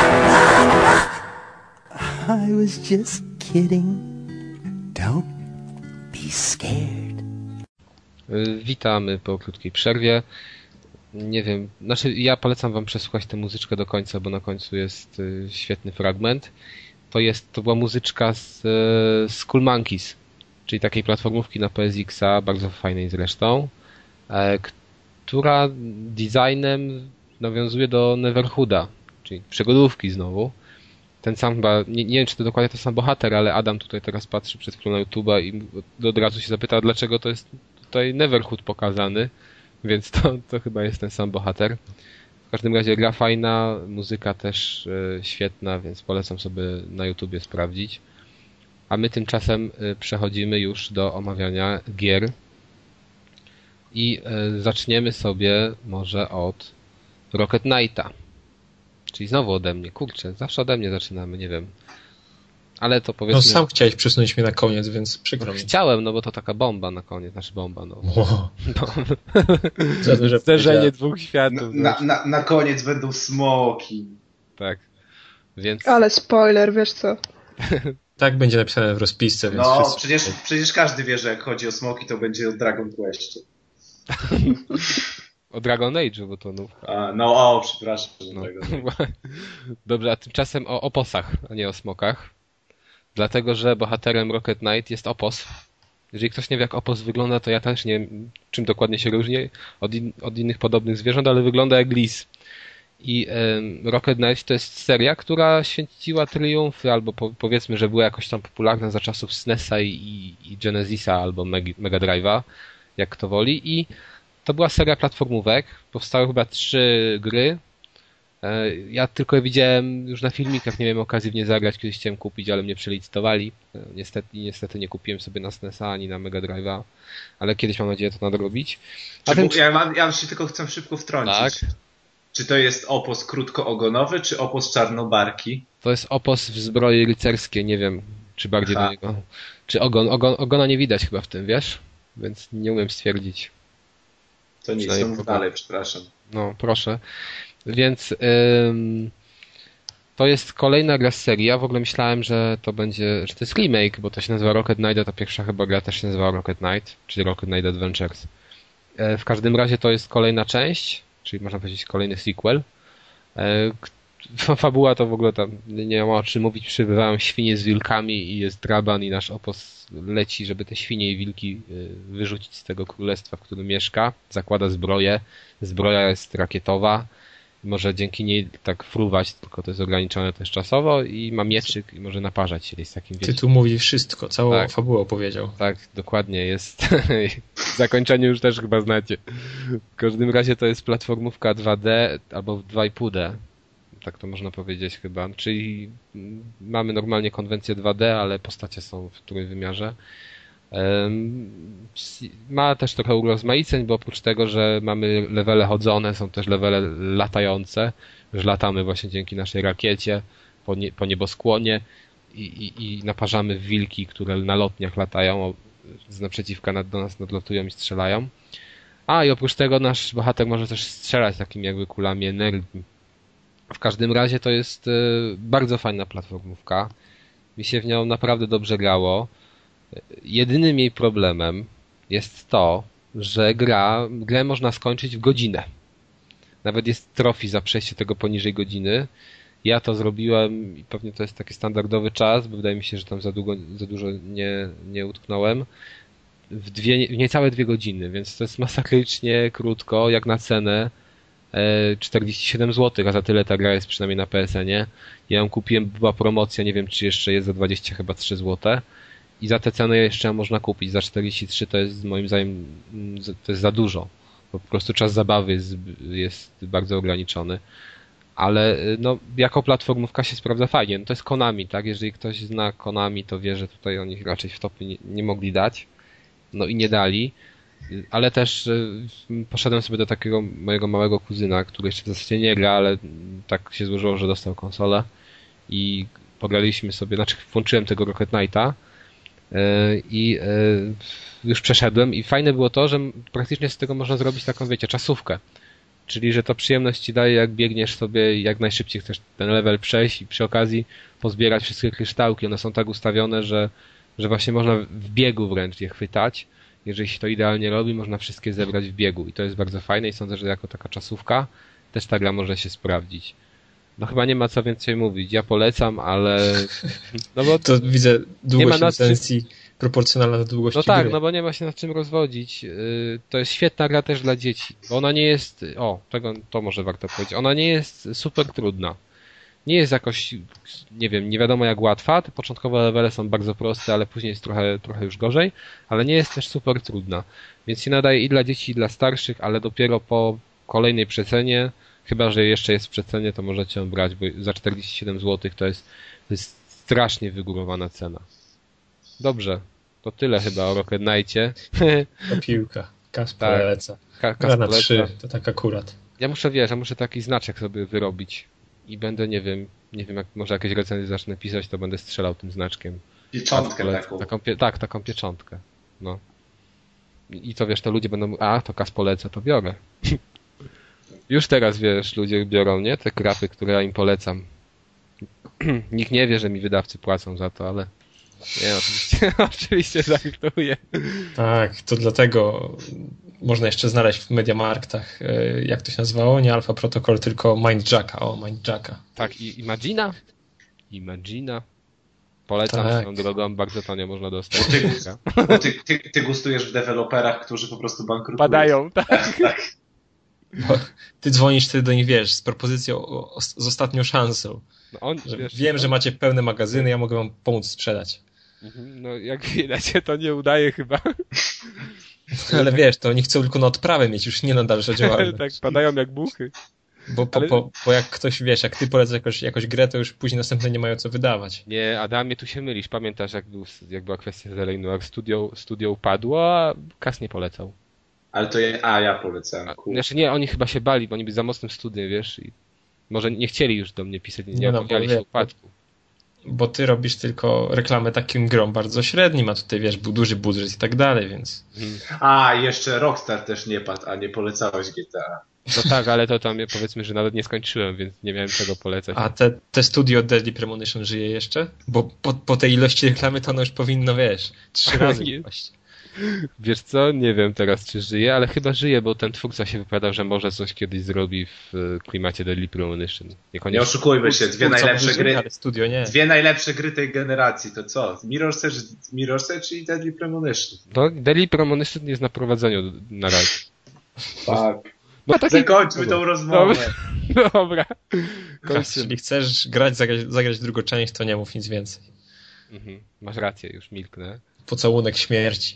I was just kidding, don't be scared. Witamy po krótkiej przerwie. Nie wiem, ja polecam wam przesłuchać tę muzyczkę do końca, bo na końcu jest świetny fragment. To była muzyczka z Skull Monkeys, czyli takiej platformówki na PSX-a, bardzo fajnej zresztą, która designem nawiązuje do Neverhooda, czyli przygodówki znowu. Ten sam chyba, nie wiem czy to dokładnie ten sam bohater, ale Adam tutaj teraz patrzy przed chwilą na YouTube'a i od razu się zapyta, dlaczego to jest tutaj Neverhood pokazany, więc to chyba jest ten sam bohater. W każdym razie gra fajna, muzyka też świetna, więc polecam sobie na YouTubie sprawdzić. A my tymczasem przechodzimy już do omawiania gier i zaczniemy sobie może od Rocket Knighta. Czyli znowu ode mnie, kurczę, zawsze ode mnie zaczynamy, nie wiem. Ale to powiedzmy... No sam chciałeś przesunąć mnie na koniec, więc przykro mi. Chciałem, no bo to taka bomba na koniec, bomba, no. Wow. Za duże zderzenie dwóch światów. Na koniec będą smoki. Tak, więc... Ale spoiler, wiesz co? Tak będzie napisane w rozpisce, więc No, wszyscy... przecież każdy wie, że jak chodzi o smoki, to będzie o Dragon Questie. O Dragon Age'u, bo to nówka. Przepraszam. No. Dobrze, a tymczasem o oposach, a nie o smokach. Dlatego, że bohaterem Rocket Knight jest opos. Jeżeli ktoś nie wie, jak opos wygląda, to ja też nie wiem, czym dokładnie się różni od innych podobnych zwierząt, ale wygląda jak lis. I Rocket Knight to jest seria, która święciła triumfy, albo powiedzmy, że była jakoś tam popularna za czasów SNES-a i Genesisa, albo Mega Drive'a, jak kto woli. I to była seria platformówek. Powstały chyba 3 gry. Ja tylko je widziałem już na filmikach, nie miałem okazji w nie zagrać, kiedyś chciałem kupić, ale mnie przelicytowali. Niestety nie kupiłem sobie na SNES-a ani na Mega Drive'a, ale kiedyś mam nadzieję to nadrobić. Ja się tylko chcę szybko wtrącić. Tak. Czy to jest opos krótkoogonowy, czy opos czarnobarki? To jest opos w zbroi rycerskiej, nie wiem, czy bardziej do niego. Czy ogona nie widać chyba w tym, wiesz? Więc nie umiem stwierdzić. To nic, to mów dalej, przepraszam. No, proszę. Więc to jest kolejna gra z serii. Ja w ogóle myślałem, że to jest remake, bo to się nazywa Rocket Knight, a ta pierwsza chyba gra też się nazywa Rocket Knight, czyli Rocket Knight Adventures. W każdym razie to jest kolejna część, czyli można powiedzieć kolejny sequel. Fabuła to w ogóle tam nie ma o czym mówić, przybywają świnie z wilkami i jest draban i nasz opos leci, żeby te świnie i wilki wyrzucić z tego królestwa, w którym mieszka. Zakłada zbroję. Zbroja jest rakietowa. Może dzięki niej tak fruwać, tylko to jest ograniczone też czasowo i ma mieczyk i może naparzać się z takim wiecie. Tytuł mówi wszystko, całą fabułę opowiedział. Tak, dokładnie jest. Zakończenie już też chyba znacie. W każdym razie to jest platformówka 2D albo 2,5D. Tak to można powiedzieć chyba. Czyli mamy normalnie konwencję 2D, ale postacie są w trójwymiarze. Ma też trochę urozmaiceń, bo oprócz tego, że mamy levele chodzone, są też levele latające, że latamy właśnie dzięki naszej rakiecie po nieboskłonie i naparzamy w wilki, które na lotniach latają, z naprzeciwka do nas nadlotują i strzelają. I oprócz tego nasz bohater może też strzelać takimi jakby kulami energii. W każdym razie to jest bardzo fajna platformówka. Mi się w nią naprawdę dobrze grało. Jedynym jej problemem jest to, że grę można skończyć w godzinę. Nawet jest trofii za przejście tego poniżej godziny. Ja to zrobiłem i pewnie to jest taki standardowy czas, bo wydaje mi się, że tam za dużo nie utknąłem. W niecałe 2 godziny, więc to jest masakrycznie krótko, jak na cenę. 47 zł, a za tyle ta gra jest przynajmniej na PSN-ie. Ja ją kupiłem, była promocja, nie wiem czy jeszcze jest, za 23 zł. I za tę cenę jeszcze można kupić. Za 43 to jest moim zdaniem to jest za dużo. Bo po prostu czas zabawy jest bardzo ograniczony. ale no, jako platformówka się sprawdza fajnie. No, to jest Konami, tak? Jeżeli ktoś zna Konami, to wie, że tutaj oni raczej w topy nie mogli dać. No i nie dali. Ale też poszedłem sobie do takiego mojego małego kuzyna, który jeszcze w zasadzie nie gra, ale tak się złożyło, że dostał konsolę i pograliśmy sobie, znaczy włączyłem tego Rocket Knighta i już przeszedłem i fajne było to, że praktycznie z tego można zrobić taką, wiecie, czasówkę. Czyli, że to przyjemność ci daje, jak biegniesz sobie, jak najszybciej chcesz ten level przejść i przy okazji pozbierać wszystkie kryształki. One są tak ustawione, że właśnie można w biegu wręcz je chwytać. Jeżeli się to idealnie robi, można wszystkie zebrać w biegu i to jest bardzo fajne i sądzę, że jako taka czasówka też ta gra może się sprawdzić. No chyba nie ma co więcej mówić. Ja polecam, ale... No bo to widzę długość licencji proporcjonalna do długości no tak, gry. no bo nie ma się nad czym rozwodzić. To jest świetna gra też dla dzieci, bo ona nie jest... to może warto powiedzieć. Ona nie jest super trudna. Nie jest jakoś, nie wiem, nie wiadomo jak łatwa. Te początkowe levele są bardzo proste, ale później jest trochę już gorzej, ale nie jest też super trudna. Więc się nadaje i dla dzieci, i dla starszych, ale dopiero po kolejnej przecenie, chyba że jeszcze jest w przecenie, to możecie ją brać, bo za 47 zł to jest strasznie wygórowana cena. Dobrze, to tyle chyba o Rocket Knight'cie. To piłka. Kas Tak. poleca. Gra na 3, to tak akurat. Ja muszę taki znaczek sobie wyrobić i będę, nie wiem, jak może jakieś recenzje zacznę pisać, to będę strzelał tym znaczkiem. Pieczątkę taką. Taką pieczątkę. No. I to wiesz, to ludzie będą mówić, to Kas poleca, to biorę. Już teraz, wiesz, ludzie biorą, nie? Te krapy, które ja im polecam. Nikt nie wie, że mi wydawcy płacą za to, ale nie, oczywiście żartuję. Tak, to dlatego można jeszcze znaleźć w Mediamarktach, jak to się nazywało? Nie Alpha Protocol, tylko Mindjacka. Mindjacka. Tak, i Imagina. Polecam swoją drogą, bardzo tanio można dostać. Bo ty gustujesz w deweloperach, którzy po prostu bankrutują. Padają, tak. Bo ty dzwonisz wtedy do nich, wiesz, z propozycją z ostatnią szansą. No wiem, że macie pełne magazyny, ja mogę wam pomóc sprzedać. No jak widać się to nie udaje chyba. Ale wiesz, to oni chcą tylko na odprawę mieć, już nie na dalsze działalność. Tak, padają jak buchy. Bo jak ktoś, wiesz, jak ty polecasz jakoś grę, to już później następne nie mają co wydawać. Nie, Adamie, tu się mylisz. Pamiętasz, jak była kwestia z Eleanor, studio upadło, a Kas nie polecał. Ale to ja polecałem. Znaczy nie, oni chyba się bali, bo oni byli za mocnym studiem, wiesz, i może nie chcieli już do mnie pisać, nie obawiali się upadku. Bo ty robisz tylko reklamę takim grom bardzo średnim, a tutaj, wiesz, był duży budżet i tak dalej, więc... Jeszcze Rockstar też nie padł, a nie polecałeś GTA. No tak, ale to tam powiedzmy, że nawet nie skończyłem, więc nie miałem czego polecać. A te studio Deadly Premonition żyje jeszcze? Bo po tej ilości reklamy to ono już powinno, wiesz, 3 razy właśnie. Wiesz co, nie wiem teraz czy żyje, ale chyba żyje, bo ten twórca się wypowiadał, że może coś kiedyś zrobi w klimacie Deadly Premonition. Nie oszukujmy się, dwie najlepsze gry tej generacji, to co? Mirror's Edge i Deadly Premonition. No, Deadly Premonition jest na prowadzeniu na razie. Tak. Zakończmy tą rozmowę. Dobra. Jeśli chcesz zagrać drugą część, to nie mów nic więcej. Masz rację, już milknę. Pocałunek śmierci.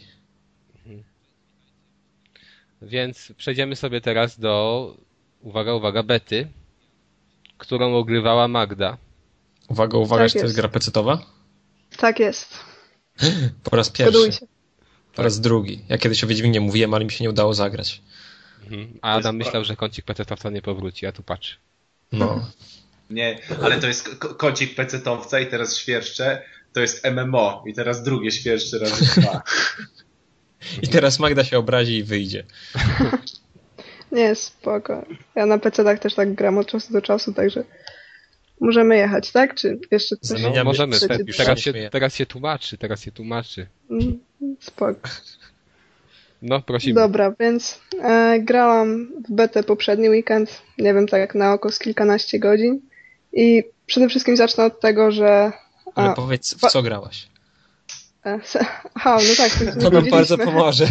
Więc przejdziemy sobie teraz do, uwaga, bety, którą ogrywała Magda. Uwaga, Tak czy to jest gra pecetowa? Tak jest. Po raz pierwszy. Po raz drugi. Ja kiedyś o Wiedźminie mówiłem, ale mi się nie udało zagrać. A Adam myślał, że kącik pecetowca nie powróci, a tu patrz. No. Nie, ale to jest kącik pecetowca i teraz świerszcze. To jest MMO i teraz drugie świerszcze razy 2. I teraz Magda się obrazi i wyjdzie. Nie, spoko. Ja na PC-tach też tak gram od czasu do czasu, także możemy jechać, tak? Czy jeszcze coś? No, możemy. Teraz się tłumaczy. Spoko. No, prosimy. Dobra, więc grałam w betę poprzedni weekend, nie wiem, tak na oko z kilkanaście godzin i przede wszystkim zacznę od tego, że... Ale powiedz, w co grałaś? No tak. To nam bardzo pomoże.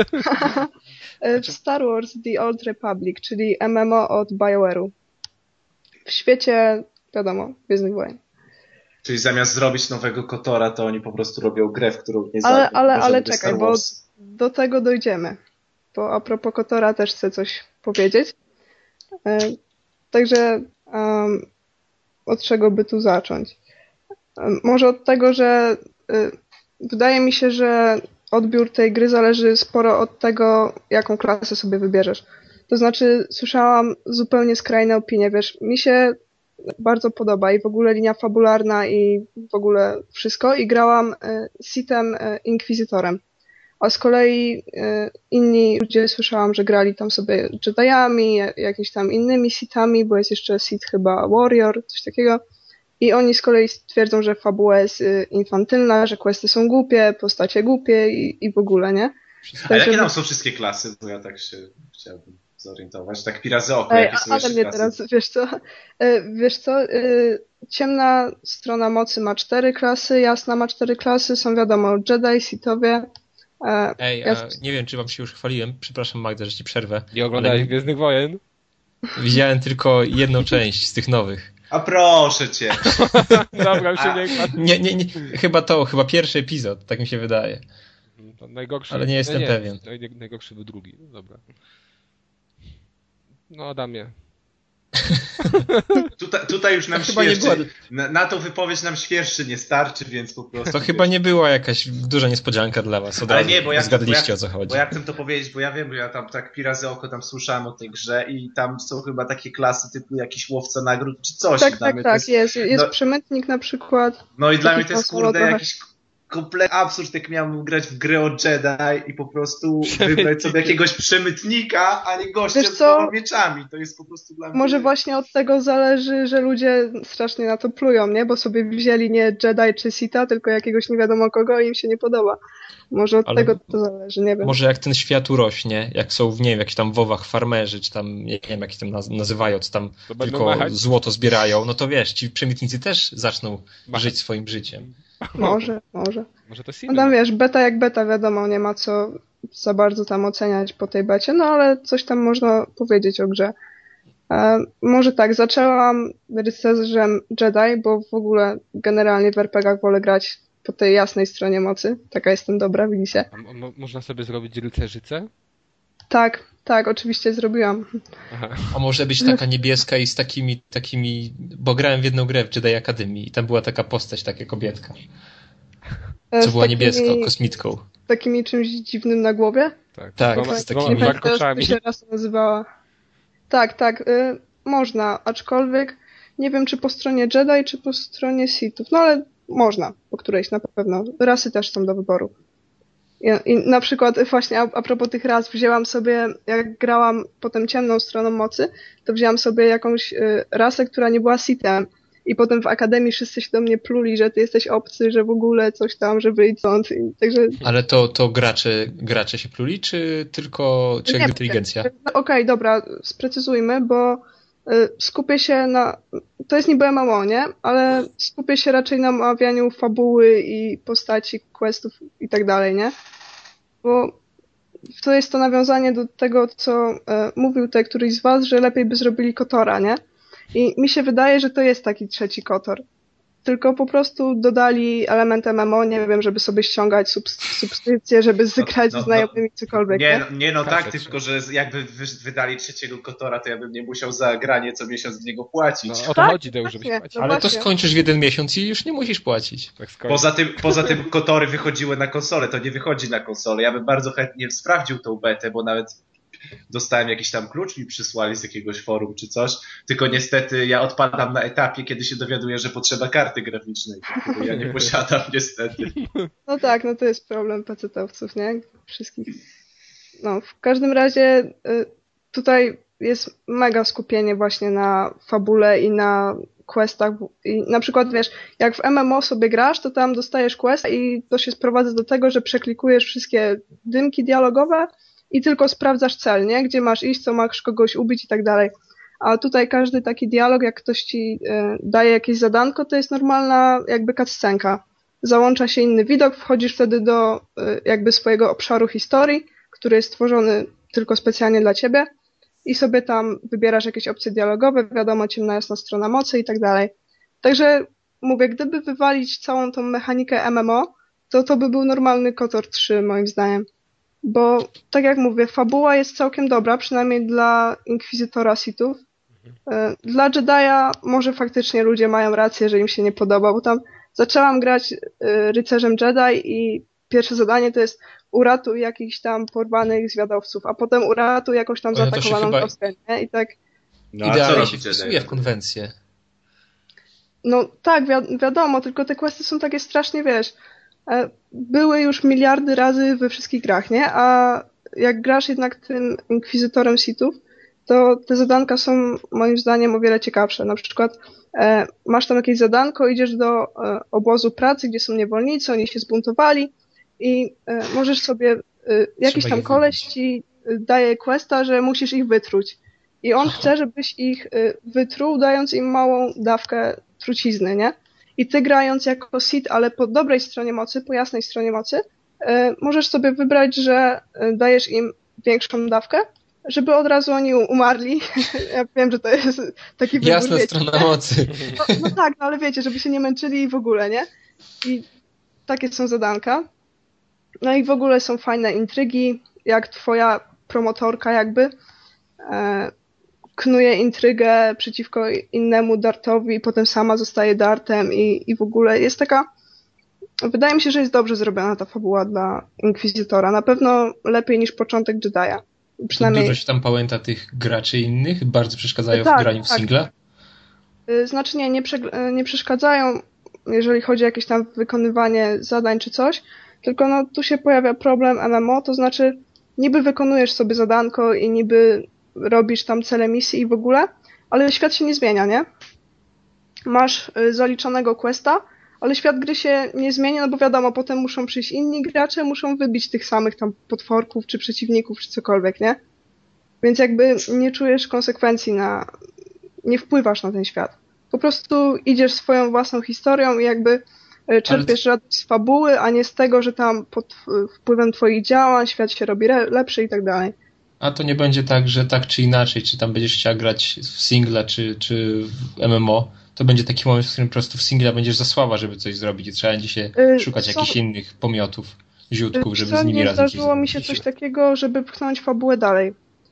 W Star Wars The Old Republic, czyli MMO od BioWare'u. W świecie, wiadomo, Gwiezdnych Wojen. Czyli zamiast zrobić nowego Kotora, to oni po prostu robią grę, w którą nie ale czekaj, bo do tego dojdziemy. Bo a propos Kotora też chcę coś powiedzieć. Także od czego by tu zacząć? Może od tego, że wydaje mi się, że odbiór tej gry zależy sporo od tego, jaką klasę sobie wybierzesz. To znaczy, słyszałam zupełnie skrajne opinie, wiesz, mi się bardzo podoba i w ogóle linia fabularna i w ogóle wszystko i grałam Sithem Inkwizytorem. A z kolei inni ludzie słyszałam, że grali tam sobie Jediami, jakimiś tam innymi Sithami, bo jest jeszcze Sith chyba Warrior, coś takiego. I oni z kolei twierdzą, że fabuła jest infantylna, że questy są głupie, postacie głupie i w ogóle, nie? A jakie tam są wszystkie klasy? Bo ja tak się chciałbym zorientować. Tak pi razy oko, jakie są jeszcze klasy? Teraz, wiesz co? Ciemna strona mocy ma 4 klasy, jasna ma 4 klasy, są wiadomo Jedi, Sithowie. Nie wiem, czy wam się już chwaliłem. Przepraszam, Magda, że ci przerwę. Nie oglądałeś Gwiezdnych Wojen? Widziałem tylko jedną część z tych nowych. A proszę cię. Dobra, się nie kładł. Nie. Chyba pierwszy epizod, tak mi się wydaje. To najgorszy, ale nie jestem pewien. Najgorszy był drugi. No dobra. No, Adamie. Tutaj już nam świerszczy. Na tą wypowiedź nam świerszczy nie starczy, więc po prostu... To chyba nie była jakaś duża niespodzianka dla was. Ale nie, bo zgadliście, o co chodzi. Bo ja chcę to powiedzieć, bo ja wiem, że ja tam tak pi razy oko tam słyszałem o tej grze i tam są chyba takie klasy typu jakiś łowca nagród czy coś. Tak, jest przemytnik na przykład. No i dla mnie to jest kurde jakiś kompletny absurd, jak miałem grać w grę o Jedi i po prostu wybrać sobie jakiegoś przemytnika, a nie gościa z dwoma mieczami. To jest po prostu dla mnie... Może właśnie od tego zależy, że ludzie strasznie na to plują, nie? Bo sobie wzięli nie Jedi czy Sitha, tylko jakiegoś nie wiadomo kogo i im się nie podoba. Może od tego to zależy, nie wiem. Może jak ten świat urośnie, jak są w jakichś tam WoWach farmerzy, czy tam, nie wiem, jak tam nazywają, co tam to tylko złoto zbierają, no to wiesz, ci przemytnicy też zaczną żyć swoim życiem. Może. Może to no tam wiesz, beta jak beta, wiadomo, nie ma co za bardzo tam oceniać po tej becie, no ale coś tam można powiedzieć o grze. Może tak, zaczęłam rycerzem Jedi, bo w ogóle generalnie w RPG-ach wolę grać po tej jasnej stronie mocy. Taka jestem dobra, widzicie. A można sobie zrobić rycerzycę? Tak, oczywiście zrobiłam. Aha. A może być taka niebieska i z takimi, bo grałem w jedną grę w Jedi Academy i tam była taka postać, taka kobietka. Co była niebieską, kosmitką. Z takimi czymś dziwnym na głowie? Tak, z takimi warkoczami. Nie raz to nazywała. Tak, można, aczkolwiek nie wiem, czy po stronie Jedi, czy po stronie Sithów. No ale można, po którejś na pewno. Rasy też są do wyboru. I na przykład właśnie a propos tych ras, wzięłam sobie, jak grałam potem ciemną stroną mocy, to wzięłam sobie jakąś rasę, która nie była Sithem. I potem w Akademii wszyscy się do mnie pluli, że ty jesteś obcy, że w ogóle coś tam, że wyjdź stąd. Także... Ale to gracze się pluli, czy tylko inteligencja? Okej, dobra, sprecyzujmy, bo skupię się na... To jest niby MMO, nie? Ale skupię się raczej na omawianiu fabuły i postaci, questów i tak dalej, nie? Bo to jest to nawiązanie do tego, co mówił tutaj któryś z was, że lepiej by zrobili Kotora, nie? I mi się wydaje, że to jest taki trzeci Kotor. Tylko po prostu dodali element MMO, nie wiem, żeby sobie ściągać subskrypcje, żeby zagrać z znajomymi cokolwiek. Tak, tylko że jakby wydali trzeciego Kotora, to ja bym nie musiał za granie co miesiąc w niego płacić. No, o to chodzi, żebyś płacił. Ale to skończysz w jeden miesiąc i już nie musisz płacić. Tak poza tym Kotory wychodziły na konsolę, to nie wychodzi na konsolę. Ja bym bardzo chętnie sprawdził tą betę, bo nawet dostałem jakiś tam klucz, mi przysłali z jakiegoś forum czy coś, tylko niestety ja odpadam na etapie, kiedy się dowiaduję, że potrzeba karty graficznej, którego ja nie posiadam niestety. No tak, no to jest problem pecetowców, nie? Wszystkich. No, w każdym razie tutaj jest mega skupienie właśnie na fabule i na questach i na przykład wiesz, jak w MMO sobie grasz, to tam dostajesz quest i to się sprowadza do tego, że przeklikujesz wszystkie dymki dialogowe i tylko sprawdzasz cel, nie? Gdzie masz iść, co masz kogoś ubić i tak dalej. A tutaj każdy taki dialog, jak ktoś ci daje jakieś zadanko, to jest normalna jakby cutscenka. Załącza się inny widok, wchodzisz wtedy do jakby swojego obszaru historii, który jest stworzony tylko specjalnie dla ciebie i sobie tam wybierasz jakieś opcje dialogowe, wiadomo, ciemna, jasna strona mocy i tak dalej. Także mówię, gdyby wywalić całą tą mechanikę MMO, to by był normalny KOTOR 3 moim zdaniem. Bo, tak jak mówię, fabuła jest całkiem dobra, przynajmniej dla Inkwizytora Sithów. Dla Jedi'a może faktycznie ludzie mają rację, że im się nie podoba, bo tam zaczęłam grać rycerzem Jedi i pierwsze zadanie to jest uratuj jakichś tam porwanych zwiadowców, a potem uratuj jakąś tam zaatakowaną wioskę, nie? I tak... No, idealnie się wpisuje w konwencję. No tak, wiadomo, tylko te questy są takie strasznie, wiesz, były już miliardy razy we wszystkich grach, nie? A jak grasz jednak tym inkwizytorem Sithów, to te zadanka są moim zdaniem o wiele ciekawsze. Na przykład masz tam jakieś zadanko, idziesz do obozu pracy, gdzie są niewolnicy, oni się zbuntowali i możesz sobie, jakiś tam koleś ci daje questa, że musisz ich wytruć. I on chce, żebyś ich wytruł, dając im małą dawkę trucizny, nie? I ty grając jako Sith, ale po dobrej stronie mocy, po jasnej stronie mocy, możesz sobie wybrać, że dajesz im większą dawkę, żeby od razu oni umarli. Ja wiem, że to jest taki wybór. Jasna strona mocy. No tak, no ale wiecie, żeby się nie męczyli w ogóle, nie? I takie są zadanka. No i w ogóle są fajne intrygi, jak twoja promotorka jakby knuje intrygę przeciwko innemu Dartowi i potem sama zostaje Dartem i w ogóle jest taka... Wydaje mi się, że jest dobrze zrobiona ta fabuła dla Inkwizytora. Na pewno lepiej niż początek Jedi'a. Przynajmniej... Dużo się tam pamięta tych graczy innych? Bardzo przeszkadzają w graniu w singla? Znaczy nie przeszkadzają, jeżeli chodzi o jakieś tam wykonywanie zadań czy coś, tylko no tu się pojawia problem MMO, to znaczy niby wykonujesz sobie zadanko i niby robisz tam cele misji i w ogóle, ale świat się nie zmienia, nie? Masz zaliczonego questa, ale świat gry się nie zmienia, no bo wiadomo, potem muszą przyjść inni gracze, muszą wybić tych samych tam potworków, czy przeciwników, czy cokolwiek, nie? Więc jakby nie czujesz konsekwencji nie wpływasz na ten świat. Po prostu idziesz swoją własną historią i jakby czerpiesz radość z fabuły, a nie z tego, że tam pod wpływem twoich działań świat się robi lepszy i tak dalej. A to nie będzie tak, że tak czy inaczej, czy tam będziesz chciał grać w singla, czy w MMO, to będzie taki moment, w którym po prostu w singla będziesz za słaba, żeby coś zrobić i trzeba będzie się szukać jakichś innych pomiotów, ziutków, żeby z nimi razem coś zdarzyło mi się coś takiego, żeby pchnąć fabułę dalej.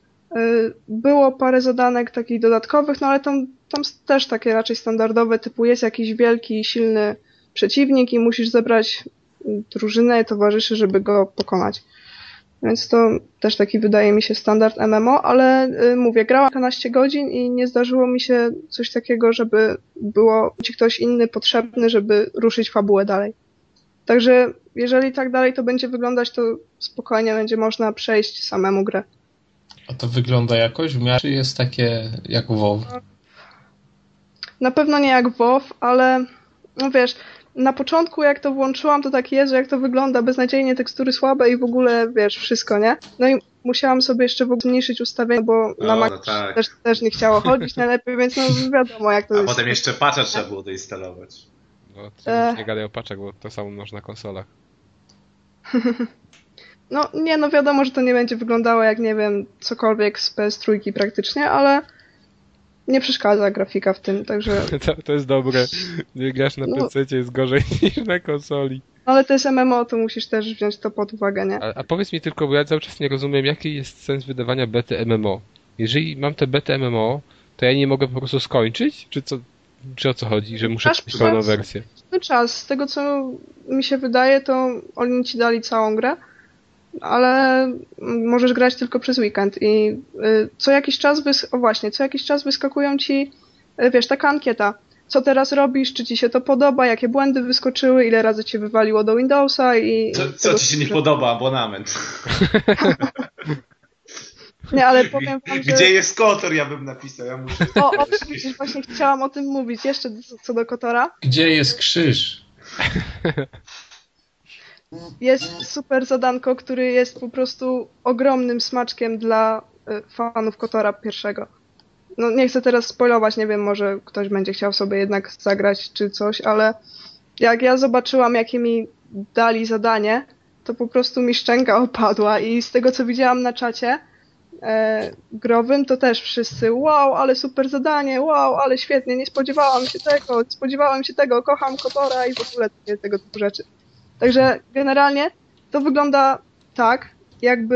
Było parę zadanek takich dodatkowych, no ale tam też takie raczej standardowe, typu jest jakiś wielki, silny przeciwnik i musisz zebrać drużynę towarzyszy, żeby go pokonać. Więc to też taki wydaje mi się standard MMO, ale mówię, grałam 12 godzin i nie zdarzyło mi się coś takiego, żeby było ci ktoś inny potrzebny, żeby ruszyć fabułę dalej. Także jeżeli tak dalej to będzie wyglądać, to spokojnie będzie można przejść samemu grę. A to wygląda jakoś w miarę, czy jest takie jak WoW? Na pewno nie jak WoW, ale no wiesz, na początku jak to włączyłam, to tak jest, że jak to wygląda, beznadziejnie, tekstury słabe i w ogóle, wiesz, wszystko, nie? No i musiałam sobie jeszcze w ogóle zmniejszyć ustawienie, bo na Mac tak. też nie chciało chodzić najlepiej, więc no wiadomo jak to jest. A potem jeszcze patcha trzeba było doinstalować. No, to już nie gadaj o patchach, bo to samo można na konsolach. No nie, no wiadomo, że to nie będzie wyglądało jak, nie wiem, cokolwiek z PS3 praktycznie, ale nie przeszkadza grafika w tym, także... To jest dobre. Nie grasz na PC, jest gorzej niż na konsoli. Ale to jest MMO, to musisz też wziąć to pod uwagę, nie? A powiedz mi tylko, bo ja cały czas nie rozumiem, jaki jest sens wydawania bety MMO. Jeżeli mam tę betę MMO, to ja nie mogę po prostu skończyć? Czy o co chodzi, że muszę kupić pełną wersję? No czas. Z tego, co mi się wydaje, to oni ci dali całą grę, ale możesz grać tylko przez weekend i co jakiś czas wyskakują ci, wiesz, taka ankieta. Co teraz robisz, czy ci się to podoba, jakie błędy wyskoczyły, ile razy cię wywaliło do Windowsa i... Co ci się nie podoba, abonament? Nie, ale powiem wam, że... Gdzie jest Kotor, ja bym napisał. Ja muszę... Widzisz, właśnie chciałam o tym mówić. Jeszcze co do Kotora. Gdzie jest krzyż? Jest super zadanko, który jest po prostu ogromnym smaczkiem dla fanów Kotora pierwszego. No nie chcę teraz spoilować, nie wiem, może ktoś będzie chciał sobie jednak zagrać czy coś, ale jak ja zobaczyłam, jakie mi dali zadanie, to po prostu mi szczęka opadła i z tego, co widziałam na czacie growym, to też wszyscy wow, ale super zadanie, wow, ale świetnie, nie spodziewałam się tego, kocham Kotora i w ogóle tego typu rzeczy. Także generalnie to wygląda tak, jakby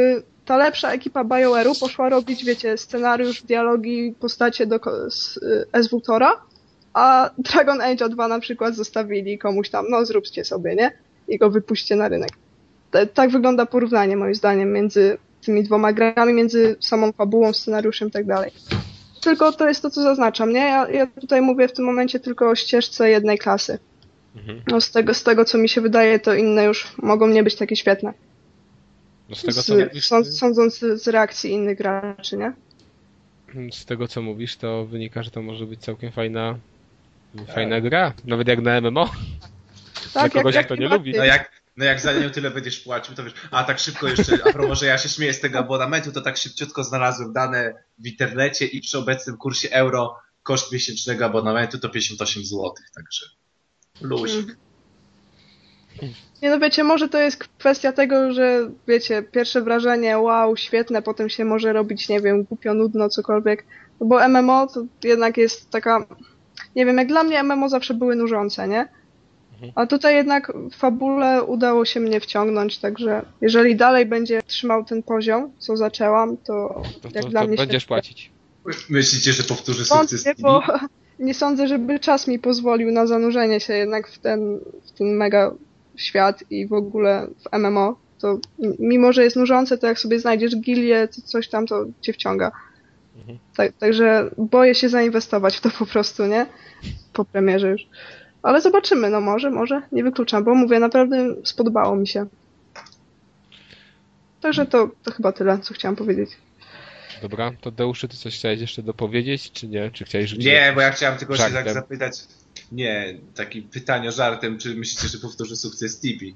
ta lepsza ekipa BioWare'u poszła robić, wiecie, scenariusz, dialogi, postacie z SWTOR-a, a Dragon Age 2 na przykład zostawili komuś tam, no zróbcie sobie, nie? I go wypuśćcie na rynek. Tak wygląda porównanie, moim zdaniem, między tymi dwoma grami, między samą fabułą, scenariuszem i tak dalej. Tylko to jest to, co zaznaczam, nie? Ja tutaj mówię w tym momencie tylko o ścieżce jednej klasy. No z tego, co mi się wydaje, to inne już mogą nie być takie świetne. No z tego, co mówisz, sądząc z reakcji innych graczy, nie? Z tego, co mówisz, to wynika, że to może być całkiem fajna gra. Nawet jak na MMO. Tak, dla kogoś, kto nie lubi. No jak za nią tyle będziesz płacił, to wiesz, a tak szybko jeszcze, a propos, że ja się śmieję z tego abonamentu, to tak szybciutko znalazłem dane w internecie i przy obecnym kursie euro koszt miesięcznego abonamentu to 58 zł, także luź. Nie no wiecie, może to jest kwestia tego, że wiecie, pierwsze wrażenie, wow, świetne, potem się może robić, nie wiem, głupio, nudno, cokolwiek, no bo MMO to jednak jest taka, nie wiem, jak dla mnie MMO zawsze były nużące, nie? A tutaj jednak w fabule udało się mnie wciągnąć, także jeżeli dalej będzie trzymał ten poziom, co zaczęłam, to jak dla mnie będziesz płacić. Myślicie, że powtórzy sukces TV? Bo nie sądzę, żeby czas mi pozwolił na zanurzenie się jednak w ten mega świat i w ogóle w MMO. To mimo, że jest nużące, to jak sobie znajdziesz gilię, coś tam, to cię wciąga. Także boję się zainwestować w to po prostu, nie? Po premierze już. Ale zobaczymy, no może, nie wykluczam, bo mówię, naprawdę spodobało mi się. Także to chyba tyle, co chciałam powiedzieć. Dobra, to Deuszu, ty coś chciałeś jeszcze dopowiedzieć, czy nie? Czy chciałeś rzucić? Nie, bo ja chciałem tylko się żartem? tak zapytać, nie, takie pytanie żartem, czy myślicie, że powtórzy sukces Tibi?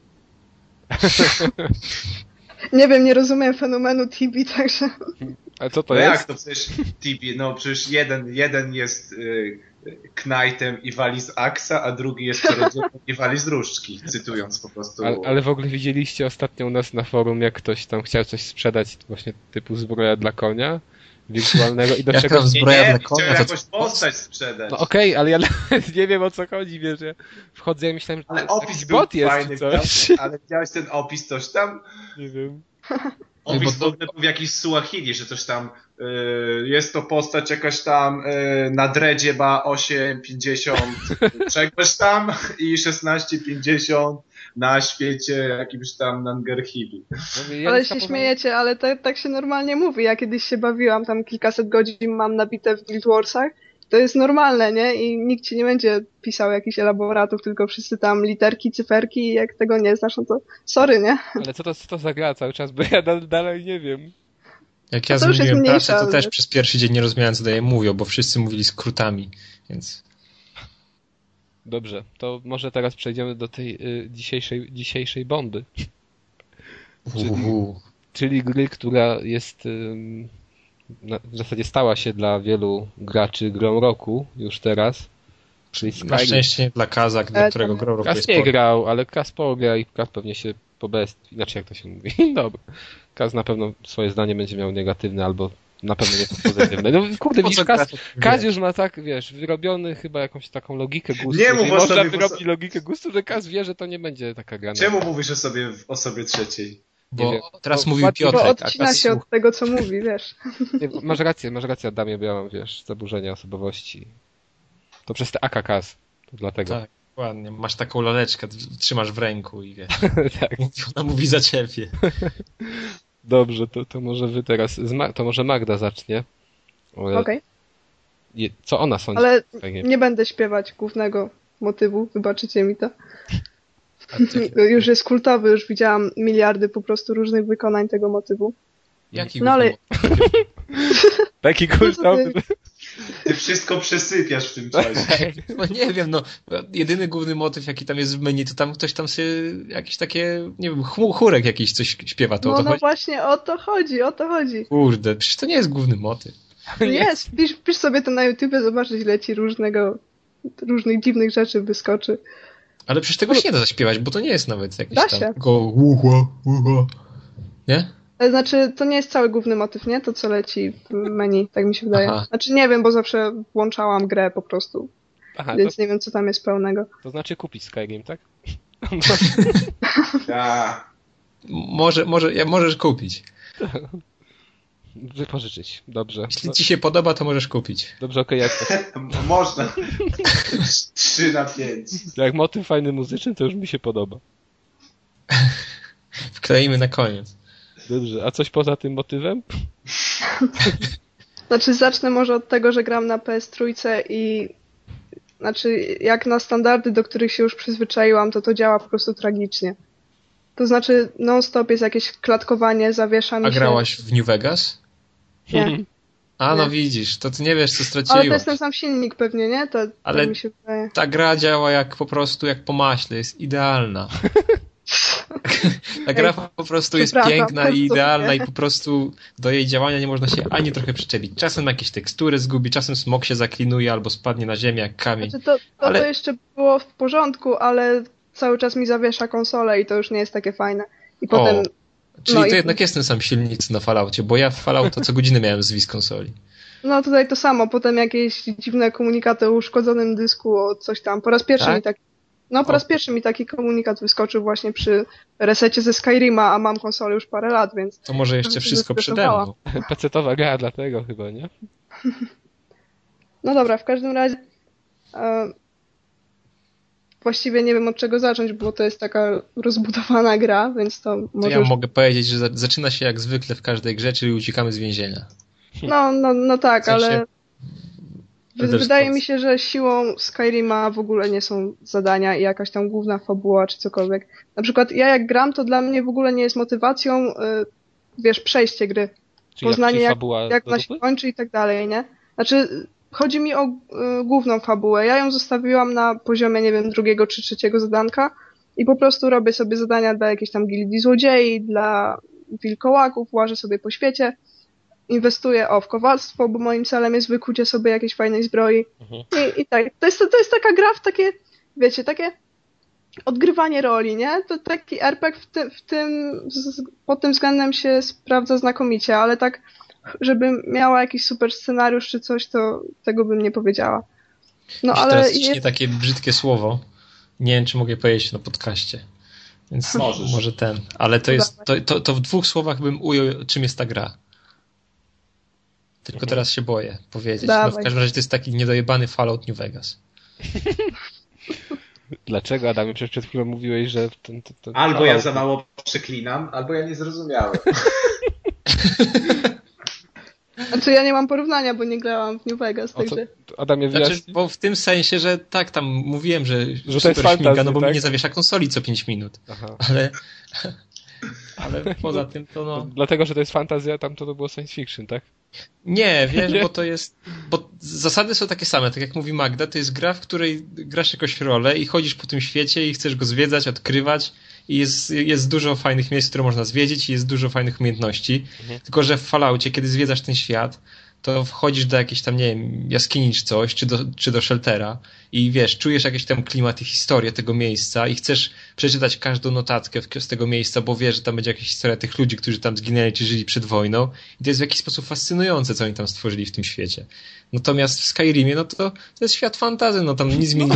Nie wiem, nie rozumiem fenomenu Tibi, także... A co to No jest? jak to przecież Tibi, no przecież jeden jest Knightem i wali z Aksa, a drugi jest czarodziejem i wali z Różdżki, cytując po prostu. Ale w ogóle widzieliście ostatnio u nas na forum, jak ktoś tam chciał coś sprzedać, właśnie typu zbroja dla konia wirtualnego i do Jak czego... tam zbroja dla konia, chciałem to jakąś postać sprzedać. No okej, ale ja nawet nie wiem, o co chodzi, wiesz, że wchodzę i myślałem, że Ale to opis jakiś był bot jest fajny, czy coś. ale widziałeś ten opis, coś tam? Nie wiem. Opis był w jakiś Suahili, że coś tam jest to postać jakaś tam na dreadzie ma 8,50 czegoś tam i 16,50 na świecie jakimś tam Nangerhili. Ale się śmiejecie, ale tak się normalnie mówi. Ja kiedyś się bawiłam, tam kilkaset godzin mam nabite w Guild Warsach. To jest normalne, nie? I nikt ci nie będzie pisał jakichś elaboratów, tylko wszyscy tam literki, cyferki i jak tego nie znasz, no to sorry, nie? Ale co to za gra cały czas, bo ja dalej nie wiem. Jak ja to już zmieniłem jest mniejsza, pracę, to ale... też przez pierwszy dzień nie rozumiałem, co daje mówią, bo wszyscy mówili skrótami, więc... Dobrze, to może teraz przejdziemy do tej dzisiejszej bomby. Czyli gry, która jest w zasadzie stała się dla wielu graczy grą roku już teraz. Czyli Skyrim. Na szczęście nie dla Kaza, dla którego grą roku Kaz jest nie grał, ale Kaz pogra i Kaz pewnie się pobestwi. Znaczy jak to się mówi? Dobra. Kaz na pewno swoje zdanie będzie miał negatywne albo na pewno nie pozytywne. No kurde, widzisz, Kaz już ma tak, wiesz, wyrobiony chyba jakąś taką logikę gustu. Nie mów o można sobie, wyrobić logikę gustu, że Kaz wie, że to nie będzie taka gra. Czemu mówisz o sobie trzeciej? Bo teraz Bo mówił Piotrek. Bo odcina się od tego, co mówi, wiesz. Nie, masz rację, Adamie, bo ja mam, wiesz, zaburzenia osobowości. To przez te AKKs. To dlatego. Tak, ładnie. Masz taką laleczkę, trzymasz w ręku i wiesz. Tak. Ona mówi za ciebie. Dobrze, to może wy teraz, to może Magda zacznie. Okej. Co ona sądzi? Ale nie będę śpiewać głównego motywu, wybaczycie mi to. Już jest kultowy, już widziałam miliardy po prostu różnych wykonań tego motywu. Jaki no ale... Taki kultowy. Ty wszystko przesypiasz w tym czasie. No nie wiem, no jedyny główny motyw, jaki tam jest w menu, to tam ktoś tam sobie jakieś takie, nie wiem, chórek jakiś coś śpiewa. To no właśnie, o to chodzi. Kurde, przecież to nie jest główny motyw. Jest, pisz sobie to na YouTubie, zobaczysz ile ci różnych dziwnych rzeczy wyskoczy. Ale przecież tego się nie da zaśpiewać, bo to nie jest nawet jakiś da tam... się. Nie? Znaczy, to nie jest cały główny motyw, nie? To, co leci w menu, tak mi się wydaje. Aha. Znaczy, nie wiem, bo zawsze włączałam grę po prostu. Aha, więc nie wiem, co tam jest pełnego. To znaczy kupić Skyrim, tak? Ja. Możesz kupić. Wypożyczyć. Dobrze. Jeśli ci się podoba, to możesz kupić. Dobrze, okej. Można. 3/5. Jak motyw fajny muzyczny, to już mi się podoba. Wkleimy na koniec. Dobrze. A coś poza tym motywem? Znaczy zacznę może od tego, że gram na PS3 i znaczy jak na standardy, do których się już przyzwyczaiłam, to działa po prostu tragicznie. To znaczy non-stop jest jakieś klatkowanie, zawiesza mi się. A grałaś w New Vegas? Nie. A no Nie. widzisz, to ty nie wiesz, co straciłaś. Ale to jest ten sam silnik pewnie, nie? Ale tak mi się wydaje. ta gra działa jak po prostu jak po maśle, jest idealna. Ta gra po prostu jest piękna i idealna i po prostu do jej działania nie można się ani trochę przyczepić. Czasem jakieś tekstury zgubi, czasem smok się zaklinuje albo spadnie na ziemię jak kamień. Znaczy to jeszcze było w porządku, ale cały czas mi zawiesza konsolę i to już nie jest takie fajne. I potem... Czyli to jednak jest ten sam silnik co na Falloutie, bo ja w Fallouta co godzinę miałem zwis konsoli. No tutaj to samo, potem jakieś dziwne komunikaty o uszkodzonym dysku, o coś tam. Po raz pierwszy mi taki komunikat wyskoczył właśnie przy resecie ze Skyrima, a mam konsolę już parę lat, więc... To może jeszcze wszystko przede mną. Pecetowa gra dlatego chyba, nie? No dobra, w każdym razie właściwie nie wiem od czego zacząć, bo to jest taka rozbudowana gra, więc to może... To ja mogę powiedzieć, że zaczyna się jak zwykle w każdej grze, czyli uciekamy z więzienia. No tak, W sensie... ale wydaje mi się, że siłą Skyrima w ogóle nie są zadania i jakaś tam główna fabuła czy cokolwiek. Na przykład ja jak gram, to dla mnie w ogóle nie jest motywacją, przejście gry. Czyli Poznanie jak do ona się dupy? kończy i tak dalej, nie? Znaczy chodzi mi o główną fabułę. Ja ją zostawiłam na poziomie, nie wiem, 2. czy 3. zadanka i po prostu robię sobie zadania dla jakiejś tam gildii złodziei, dla wilkołaków, łażę sobie po świecie. Inwestuję w kowalstwo, bo moim celem jest wykucie sobie jakiejś fajnej zbroi. I tak. To jest taka gra w takie, wiecie, takie odgrywanie roli, nie? To taki RPG pod tym względem się sprawdza znakomicie, ale tak, żeby miała jakiś super scenariusz czy coś, to tego bym nie powiedziała. No ale teraz ciśnie takie brzydkie słowo. Nie wiem, czy mogę powiedzieć na podcaście. Więc może ten. Ale to jest, to w 2 słowach bym ujął, czym jest ta gra. Tylko teraz się boję powiedzieć. No, w każdym razie to jest taki niedojebany Fallout New Vegas. Dlaczego, Adamie? Przecież przed chwilą mówiłeś, że... Albo ja za mało przeklinam, albo ja nie zrozumiałem. Znaczy ja nie mam porównania, bo nie grałam w New Vegas, także... Adamie, bo w tym sensie, że tak, tam mówiłem, że to jest super fantasy, śmiga, no bo tak? mi nie zawiesza konsoli co 5 minut. Aha. Ale poza tym to no... Dlatego, że to jest fantazja, tam to było science fiction, tak? Nie, wiesz, bo to jest... Bo zasady są takie same, tak jak mówi Magda, to jest gra, w której grasz jakąś rolę i chodzisz po tym świecie i chcesz go zwiedzać, odkrywać i jest dużo fajnych miejsc, które można zwiedzić i jest dużo fajnych umiejętności. Tylko, że w Falloutie, kiedy zwiedzasz ten świat, to wchodzisz do jakiejś tam, nie wiem, jaskini czy coś, czy do sheltera i wiesz, czujesz jakiś tam klimat i historię tego miejsca i chcesz przeczytać każdą notatkę z tego miejsca, bo wiesz, że tam będzie jakaś historia tych ludzi, którzy tam zginęli czy żyli przed wojną i to jest w jakiś sposób fascynujące, co oni tam stworzyli w tym świecie. Natomiast w Skyrimie, no to jest świat fantasy, no tam nic mnie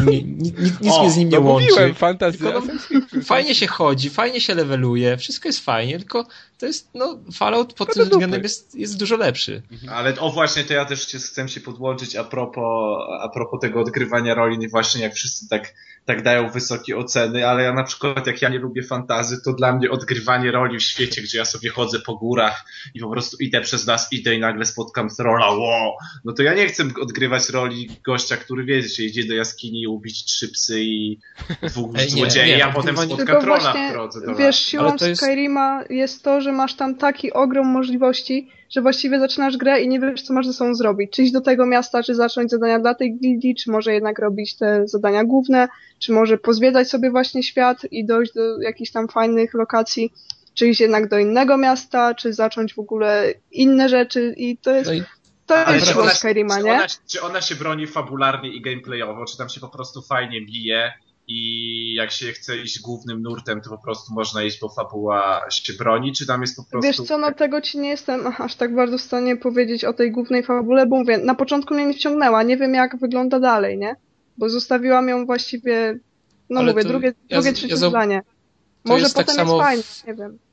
z nim nie łączy. Mówiłem, fantazja. Fajnie się chodzi, fajnie się leveluje, wszystko jest fajnie, tylko to jest, no, Fallout pod tym względem jest dużo lepszy. Ale właśnie to ja też chcę się podłączyć a propos tego odgrywania roli, nie właśnie jak wszyscy tak dają wysokie oceny, ale ja na przykład jak ja nie lubię fantasy, to dla mnie odgrywanie roli w świecie, gdzie ja sobie chodzę po górach i po prostu idę przez las, idę i nagle spotkam trolla, no to ja nie chcę odgrywać roli gościa, który wiecie, idzie do jaskini i ubić 3 psy i 2 złodziei, a potem spotka trolla w drodze. Wiesz, siłą Skyrima jest to, że masz tam taki ogrom możliwości, że właściwie zaczynasz grę i nie wiesz, co masz ze sobą zrobić. Czy iść do tego miasta, czy zacząć zadania dla tej gildii, czy może jednak robić te zadania główne, czy może pozwiedzać sobie właśnie świat i dojść do jakichś tam fajnych lokacji, czy iść jednak do innego miasta, czy zacząć w ogóle inne rzeczy i to jest... To jest siła Skyrima, nie? Czy ona się broni fabularnie i gameplayowo, czy tam się po prostu fajnie bije i jak się chce iść głównym nurtem, to po prostu można iść, bo fabuła się broni, czy tam jest po prostu... Wiesz co, no tego ci nie jestem aż tak bardzo w stanie powiedzieć o tej głównej fabule, bo mówię, na początku mnie nie wciągnęła, nie wiem jak wygląda dalej, nie? Bo zostawiłam ją właściwie, no ale mówię, drugie, trzecie zdanie. Może potem tak jest fajnie, nie wiem.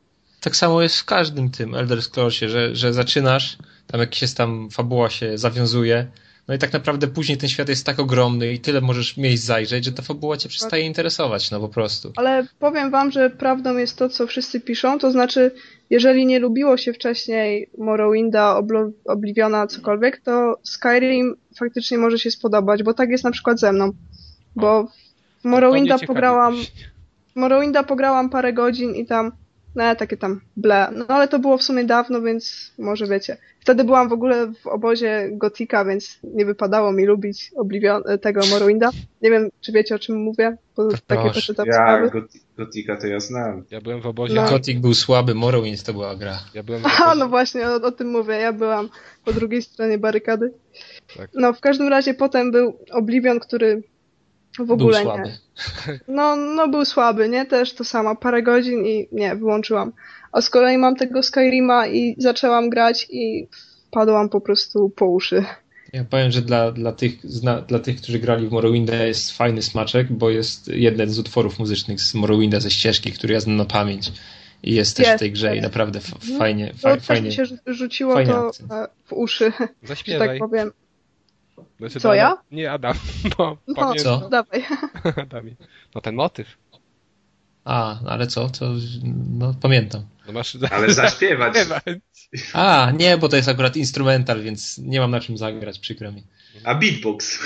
tak samo jest w każdym tym Elder Scrollsie, że zaczynasz, tam tam fabuła się zawiązuje, no i tak naprawdę później ten świat jest tak ogromny i tyle możesz miejsc zajrzeć, że ta fabuła cię przestaje interesować, no po prostu. Ale powiem wam, że prawdą jest to, co wszyscy piszą, to znaczy, jeżeli nie lubiło się wcześniej Morrowinda, Obliviona, cokolwiek, to Skyrim faktycznie może się spodobać, bo tak jest na przykład ze mną. Bo w Morrowinda pograłam parę godzin i tam, no takie tam ble. No ale to było w sumie dawno, więc może wiecie. Wtedy byłam w ogóle w obozie Gotika, więc nie wypadało mi lubić tego Morrowinda. Nie wiem, czy wiecie, o czym mówię, bo takie rzeczy tam sprawy. Gotika to ja znam. Ja byłem w obozie... No. Gothic był słaby, Morrowind to była gra. Ja byłem w obozie... no właśnie, o tym mówię. Ja byłam po drugiej stronie barykady. Tak. No, w każdym razie potem był Oblivion, który w ogóle był słaby. Nie. No był słaby, nie? Też to samo. Parę godzin i nie, wyłączyłam. A z kolei mam tego Skyrima i zaczęłam grać i wpadłam po prostu po uszy. Ja powiem, że dla tych, którzy grali w Morrowinda jest fajny smaczek, bo jest jeden z utworów muzycznych z Morrowinda ze ścieżki, który ja znam na pamięć. I jest też w tej grze i naprawdę fajnie. Też mi się rzuciło to w uszy, że tak powiem. Co, ja? Nie, Adam. No, co? Dawaj. Adamie. No ten motyw. Ale co? No pamiętam. No masz... Ale zaśpiewać. Nie, bo to jest akurat instrumental, więc nie mam na czym zagrać, przykro mi. A beatbox?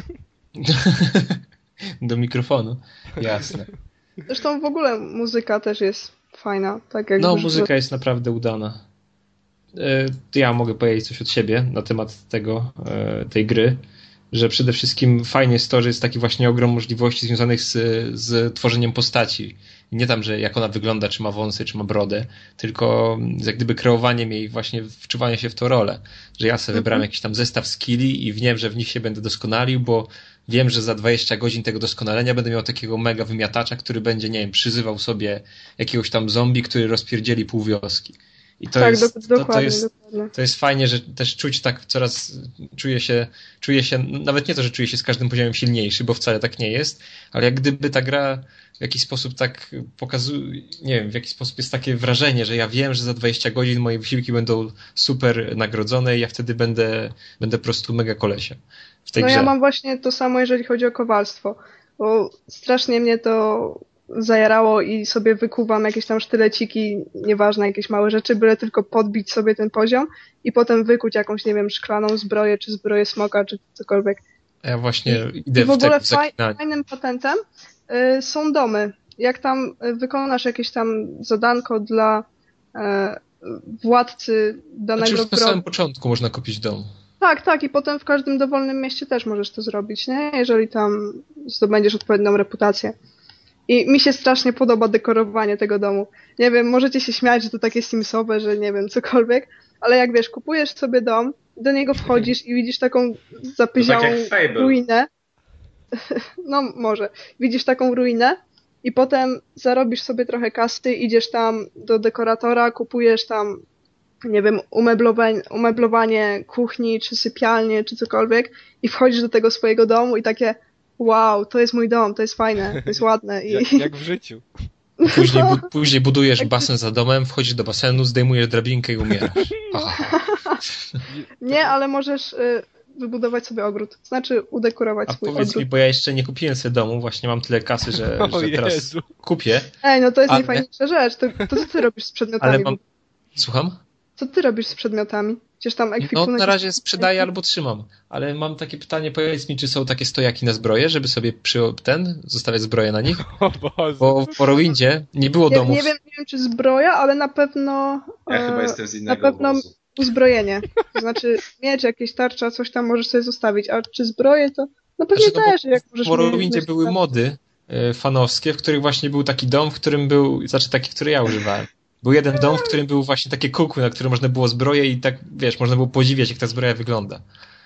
Do mikrofonu, jasne. Zresztą w ogóle muzyka też jest fajna. Tak jak muzyka jest naprawdę udana. Ja mogę powiedzieć coś od siebie na temat tej gry, że przede wszystkim fajnie jest to, że jest taki właśnie ogrom możliwości związanych z tworzeniem postaci. Nie tam, że jak ona wygląda, czy ma wąsy, czy ma brodę, tylko jak gdyby kreowaniem jej, właśnie wczuwanie się w tą rolę. Że ja sobie wybrałem jakiś tam zestaw skilli i wiem, że w nich się będę doskonalił, bo wiem, że za 20 godzin tego doskonalenia będę miał takiego mega wymiatacza, który będzie, nie wiem, przyzywał sobie jakiegoś tam zombie, który rozpierdzieli pół wioski. I to dokładnie. To jest fajnie, że też czuć tak coraz, czuję się, nawet nie to, że czuję się z każdym poziomem silniejszy, bo wcale tak nie jest, ale jak gdyby ta gra w jakiś sposób tak pokazuje, nie wiem, w jaki sposób jest takie wrażenie, że ja wiem, że za 20 godzin moje wysiłki będą super nagrodzone i ja wtedy będę po prostu mega kolesiem w tej grze. Ja mam właśnie to samo, jeżeli chodzi o kowalstwo, bo strasznie mnie to zajarało i sobie wykuwam jakieś tam sztyleciki, nieważne, jakieś małe rzeczy, byle tylko podbić sobie ten poziom i potem wykuć jakąś, nie wiem, szklaną zbroję, czy zbroję smoka, czy cokolwiek. Ja właśnie idę w ogóle zaklinanie. Fajnym patentem są domy. Jak tam wykonasz jakieś tam zadanko dla władcy danego Już na samym początku można kupić dom. Tak, i potem w każdym dowolnym mieście też możesz to zrobić, nie? Jeżeli tam zdobędziesz odpowiednią reputację. I mi się strasznie podoba dekorowanie tego domu. Nie wiem, możecie się śmiać, że to takie simsowe, że nie wiem, cokolwiek, ale jak wiesz, kupujesz sobie dom, do niego wchodzisz i widzisz taką zapyziałą ruinę. No może. Widzisz taką ruinę i potem zarobisz sobie trochę kasy, idziesz tam do dekoratora, kupujesz tam, nie wiem, umeblowanie kuchni, czy sypialnie, czy cokolwiek i wchodzisz do tego swojego domu i takie wow, to jest mój dom, to jest fajne, to jest ładne. Jak w życiu. Później budujesz basen za domem, wchodzisz do basenu, zdejmujesz drabinkę i umierasz. Nie, ale możesz wybudować sobie ogród. Znaczy udekorować swój ogród. Powiedz mi, bo ja jeszcze nie kupiłem sobie domu, właśnie mam tyle kasy, że teraz kupię. No to jest najfajniejsza rzecz. To co ty robisz z przedmiotami? Słucham? Co ty robisz z przedmiotami? Przecież tam ekwipunek... No na razie sprzedaję albo trzymam, ale mam takie pytanie, powiedz mi, czy są takie stojaki na zbroję, żeby sobie zostawiać zbroję na nich? Bo w Morrowindzie nie było domów. Nie wiem, czy zbroja, ale na pewno... Ja chyba jestem z innego obozu. Uzbrojenie. To znaczy miecz, jakieś tarcza, coś tam możesz sobie zostawić, a czy zbroję to... No pewnie też. Jak możesz w Morrowindzie były mody fanowskie, w których właśnie był taki dom, w którym taki, który ja używałem. Był jeden dom, w którym był właśnie takie kukły, na które można było zbroję i tak, wiesz, można było podziwiać, jak ta zbroja wygląda.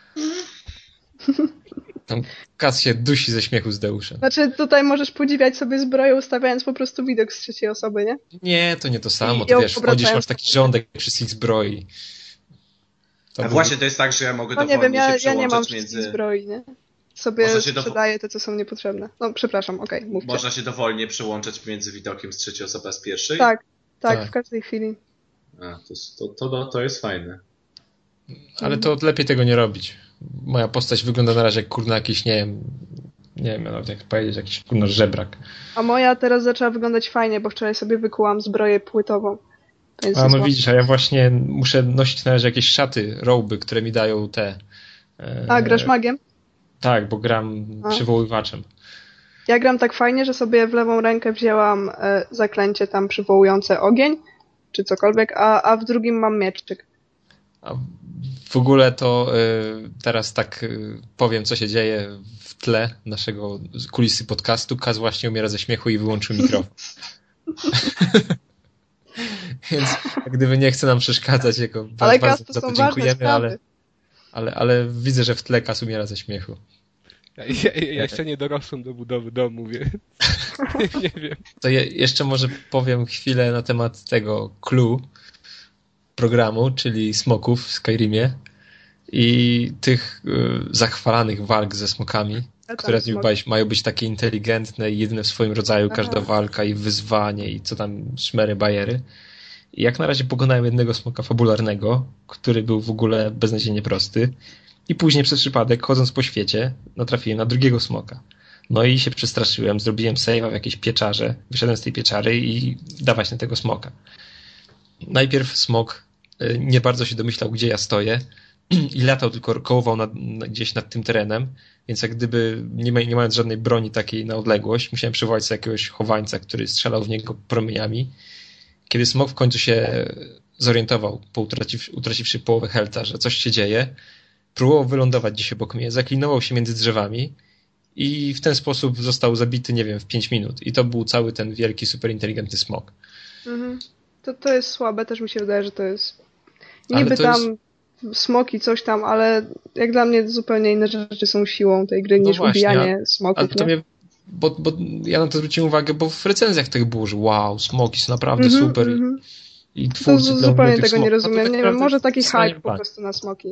Tam Kas się dusi ze śmiechu z Deuszem. Znaczy tutaj możesz podziwiać sobie zbroję, ustawiając po prostu widok z trzeciej osoby, nie? Nie, to nie to samo. To wiesz, wchodzisz, masz taki rządek wszystkich zbroi. Właśnie to jest tak, że ja mogę dowolnie się przełączać ja nie mam między... zbroi, nie? Sobie sprzedaję te, co są niepotrzebne. No, przepraszam, okej, mówcie. Można się dowolnie przełączać między widokiem z trzeciej osoby a z pierwszej? Tak. Tak, w każdej chwili. A, to jest fajne. Ale to lepiej tego nie robić. Moja postać wygląda na razie jak kurna jakiś, nie wiem nawet jak powiedzieć, jakiś kurna żebrak. A moja teraz zaczęła wyglądać fajnie, bo wczoraj sobie wykułam zbroję płytową. Więc A no widzisz, a ja właśnie muszę nosić na razie jakieś szaty, roby, które mi dają te... A, grasz magiem? Tak, bo gram przywoływaczem. Ja gram tak fajnie, że sobie w lewą rękę wzięłam zaklęcie tam przywołujące ogień, czy cokolwiek, a w drugim mam mieczyk. A w ogóle to teraz tak powiem, co się dzieje w tle naszego kulisy podcastu. Kaz właśnie umiera ze śmiechu i wyłączył mikrofon. Więc jak gdyby nie chce nam przeszkadzać, jego ale bardzo Kaz, za to to są dziękujemy, ale widzę, że w tle Kaz umiera ze śmiechu. Ja jeszcze nie dorosłem do budowy domu, więc nie wiem. To jeszcze może powiem chwilę na temat tego clue programu, czyli smoków w Skyrimie i tych zachwalanych walk ze smokami, które mają być takie inteligentne i jedyne w swoim rodzaju, każda walka i wyzwanie i co tam szmery bajery. I jak na razie pokonałem jednego smoka fabularnego, który był w ogóle beznadziejnie prosty i później przez przypadek, chodząc po świecie, natrafiłem na drugiego smoka. No i się przestraszyłem, zrobiłem save'a w jakiejś pieczarze, wyszedłem z tej pieczary i dawać na tego smoka. Najpierw smok nie bardzo się domyślał, gdzie ja stoję i latał, tylko kołował gdzieś nad tym terenem, więc jak gdyby nie mając żadnej broni takiej na odległość, musiałem przywołać sobie jakiegoś chowańca, który strzelał w niego promieniami. Kiedy smok w końcu się zorientował, utraciwszy połowę healtha, że coś się dzieje, próbował wylądować gdzieś obok mnie, zaklinował się między drzewami i w ten sposób został zabity, nie wiem, w 5 minut. I to był cały ten wielki, super inteligentny smok. Mhm. To jest słabe, też mi się wydaje, że to jest... Niby to tam smoki, coś tam, ale jak dla mnie zupełnie inne rzeczy są siłą tej gry niż ubijanie smoków. Bo ja na to zwróciłem uwagę, bo w recenzjach tak było, że wow, smoki są naprawdę super i twórcy... To zupełnie tego nie rozumiem. Tak nie wiem, może taki hype po prostu na smoki.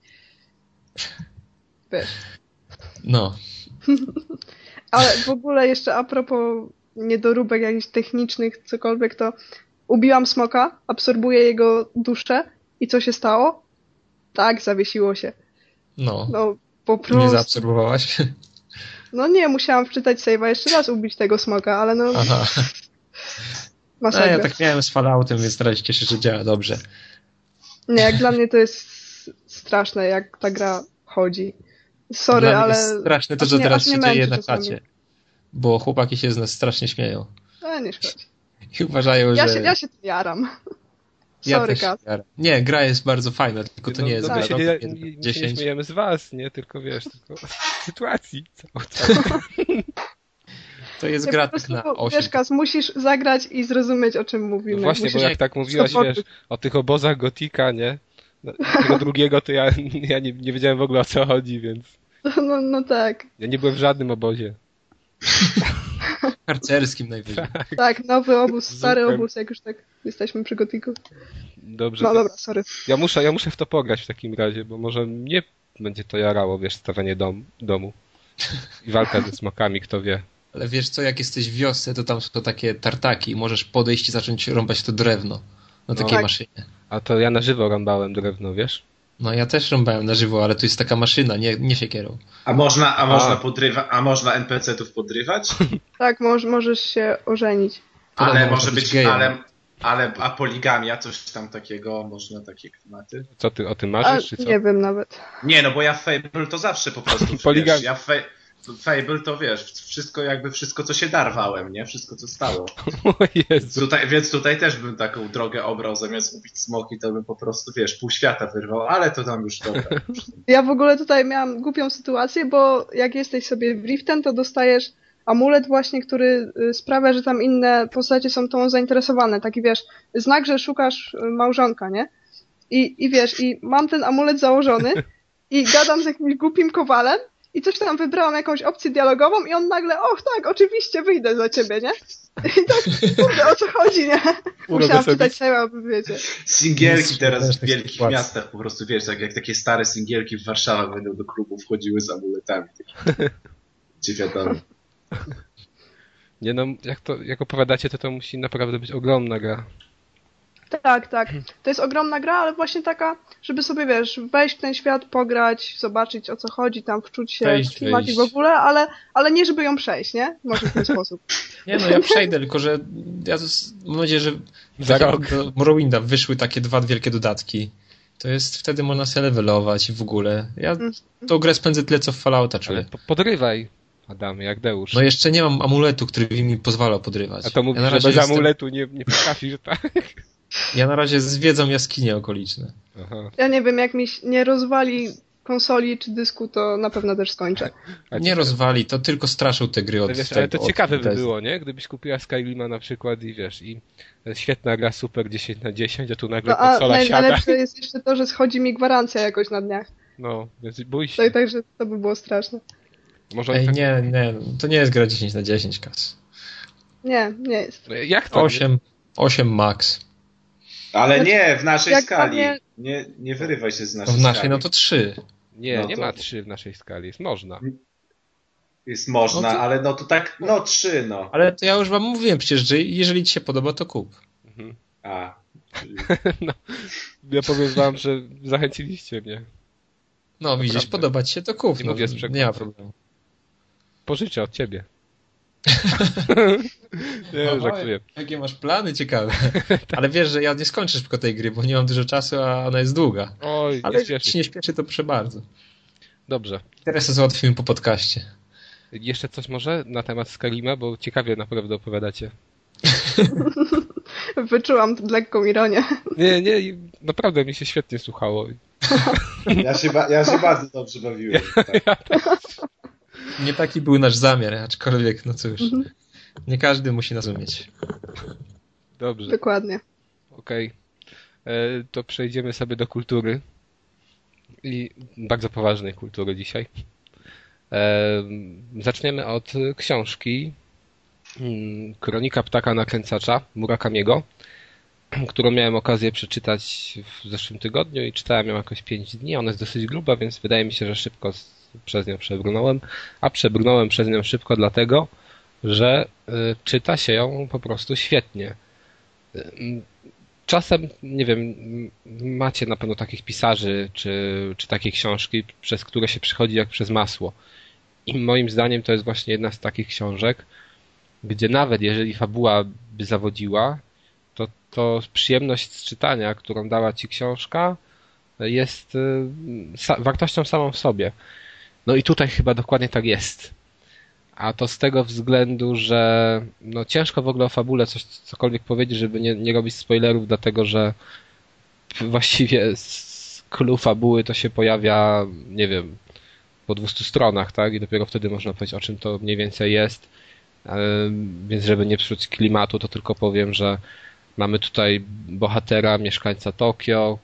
Wiesz. No. Ale w ogóle jeszcze a propos niedoróbek jakichś technicznych, cokolwiek, to ubiłam smoka, absorbuję jego duszę i co się stało? Tak, zawiesiło się. No po prostu. Nie zaabsorbowałaś? No nie, musiałam wczytać save'a jeszcze raz ubić tego smoka, ale no... Aha. Masakra. Ja tak miałem z Falloutem, więc teraz się cieszę, że działa dobrze. Nie, jak dla mnie to jest straszne, jak ta gra chodzi. Sorry, dla ale... Jest straszne to, że teraz się dzieje na czacie. Bo chłopaki się z nas strasznie śmieją. Nie szkodzi. I uważają, że... Ja się tym jaram. Sorry, Kat. Nie, gra jest bardzo fajna, tylko to nie jest gra. Nie śmiejemy z was, nie? Tylko tylko sytuacji. To jest gra tak na 8. Wiesz, Kaz, musisz zagrać i zrozumieć, o czym mówimy. No właśnie, bo jak tak mówiłaś, wiesz, o tych obozach Gotika, nie? Tego drugiego to ja nie wiedziałem w ogóle, o co chodzi, więc... No tak. Ja nie byłem w żadnym obozie. Harcerskim najwyżej. Tak, nowy obóz, stary obóz, jak już tak jesteśmy przy Gotiku. Dobrze. No dobra, sorry. Ja muszę w to pograć w takim razie, bo może mnie będzie to jarało, wiesz, stawianie domu. I walka ze smokami, kto wie. Ale wiesz co, jak jesteś w wiosce, to tam są takie tartaki i możesz podejść i zacząć rąbać to drewno na takiej maszynie. A to ja na żywo rąbałem drewno, wiesz? No ja też rąbałem na żywo, ale to jest taka maszyna, nie siekierą. A można NPC-tów podrywać? Tak, możesz się ożenić. Ale może być a poligamia, coś tam takiego, można takie klimaty? Co ty o tym marzysz, czy co? Nie wiem nawet. Nie, no bo ja w Fable to zawsze po prostu, poligamia. Ja w Fable to wiesz, wszystko co się darwałem, nie? Wszystko co stało. Więc tutaj też bym taką drogę obrał, zamiast mówić smoki, to bym po prostu, wiesz, pół świata wyrwał, ale to tam już dobra. Ja w ogóle tutaj miałam głupią sytuację, bo jak jesteś sobie w Riften, to dostajesz amulet właśnie, który sprawia, że tam inne postacie są tą zainteresowane. Taki wiesz, znak, że szukasz małżonka, nie? I wiesz, i mam ten amulet założony i gadam z jakimś głupim kowalem i coś tam wybrałam, jakąś opcję dialogową i on nagle, tak, oczywiście wyjdę za ciebie, nie? I tak, kurde, o co chodzi, nie? Musiałam czytać sobie, aby wiecie. Singielki teraz w wielkich miastach po prostu, wiesz, jak takie stare singielki w Warszawach będą do klubu wchodziły z amuletami. Gdzie wiadomo. Nie no, jak opowiadacie, to musi naprawdę być ogromna gra. Tak. To jest ogromna gra, ale właśnie taka, żeby sobie, wiesz, wejść w ten świat, pograć, zobaczyć o co chodzi, tam wczuć się w klimat i w ogóle, ale nie żeby ją przejść, nie? Może w ten sposób. Nie, no ja przejdę, tylko że ja mam nadzieję, że do Morrowinda wyszły takie 2 wielkie dodatki. To jest, wtedy można się levelować i w ogóle. Ja tą grę spędzę tyle, co w Fallouta czuję. Ale podrywaj, Adam, jak Deusz. No jeszcze nie mam amuletu, który by mi pozwalał podrywać. A to mówisz, że bez amuletu nie potrafisz, tak? Ja na razie zwiedzam jaskinie okoliczne. Aha. Ja nie wiem, jak mi nie rozwali konsoli czy dysku, to na pewno też skończę. Nie rozwali, to tylko straszą te gry od wiesz, tego. ale to ciekawe by było, nie? Gdybyś kupiła Skyrima na przykład i wiesz, i świetna gra, super 10/10, a tu nagle konsola siada. Najlepsze jest jeszcze to, że schodzi mi gwarancja jakoś na dniach. No, więc bój się. To i także to by było straszne. Może Ej, tak... nie, to nie jest gra 10/10, Kas. Nie jest. Jak to? 8 max. Ale nie, w naszej skali. Nie... Nie wyrywaj się z naszej W naszej, skali. no to 3. Nie ma 3 w naszej skali, jest można. Jest można, no to... ale no to tak, 3, no. Ale to ja już wam mówiłem przecież, że jeżeli ci się podoba, to kup. Mhm. Czyli... No, ja powiem wam, że zachęciliście mnie. No widzisz, Naprawdę. podoba ci się, to kup. Nie mówię z nie ma problemu. Pożyczę od ciebie. Nie, żartuję. Jakie masz plany ciekawe. Ale wiesz, że ja nie skończę szybko tej gry, bo nie mam dużo czasu, a ona jest długa. Oj, ale jak ci nie śpieszy, to proszę bardzo. Dobrze. Teraz to załatwimy po podcaście. Jeszcze coś może na temat Skyrima, bo ciekawie naprawdę opowiadacie. Wyczułam lekką ironię. Nie, naprawdę mi się świetnie słuchało. Ja się bardzo dobrze bawiłem. Tak. Nie taki był nasz zamiar, aczkolwiek, no cóż, nie każdy musi nas umieć. Dobrze. Dokładnie. Okej. To przejdziemy sobie do kultury. I bardzo poważnej kultury dzisiaj. Zaczniemy od książki Kronika ptaka nakręcacza Murakamiego, którą miałem okazję przeczytać w zeszłym tygodniu i czytałem ją jakoś 5 dni. Ona jest dosyć gruba, więc wydaje mi się, że szybko przez nią przebrnąłem. A przebrnąłem przez nią szybko dlatego, że czyta się ją po prostu świetnie. Czasem, nie wiem, macie na pewno takich pisarzy, czy takie książki, przez które się przychodzi jak przez masło. I moim zdaniem to jest właśnie jedna z takich książek, gdzie nawet jeżeli fabuła by zawodziła, to przyjemność z czytania, którą dała ci książka, jest wartością samą w sobie. No i tutaj chyba dokładnie tak jest. A to z tego względu, że no ciężko w ogóle o fabule cokolwiek powiedzieć, żeby nie robić spoilerów, dlatego że właściwie z clue fabuły to się pojawia, nie wiem, po 200 stronach, tak? I dopiero wtedy można powiedzieć, o czym to mniej więcej jest. Więc żeby nie psuć klimatu, to tylko powiem, że mamy tutaj bohatera, mieszkańca Tokio,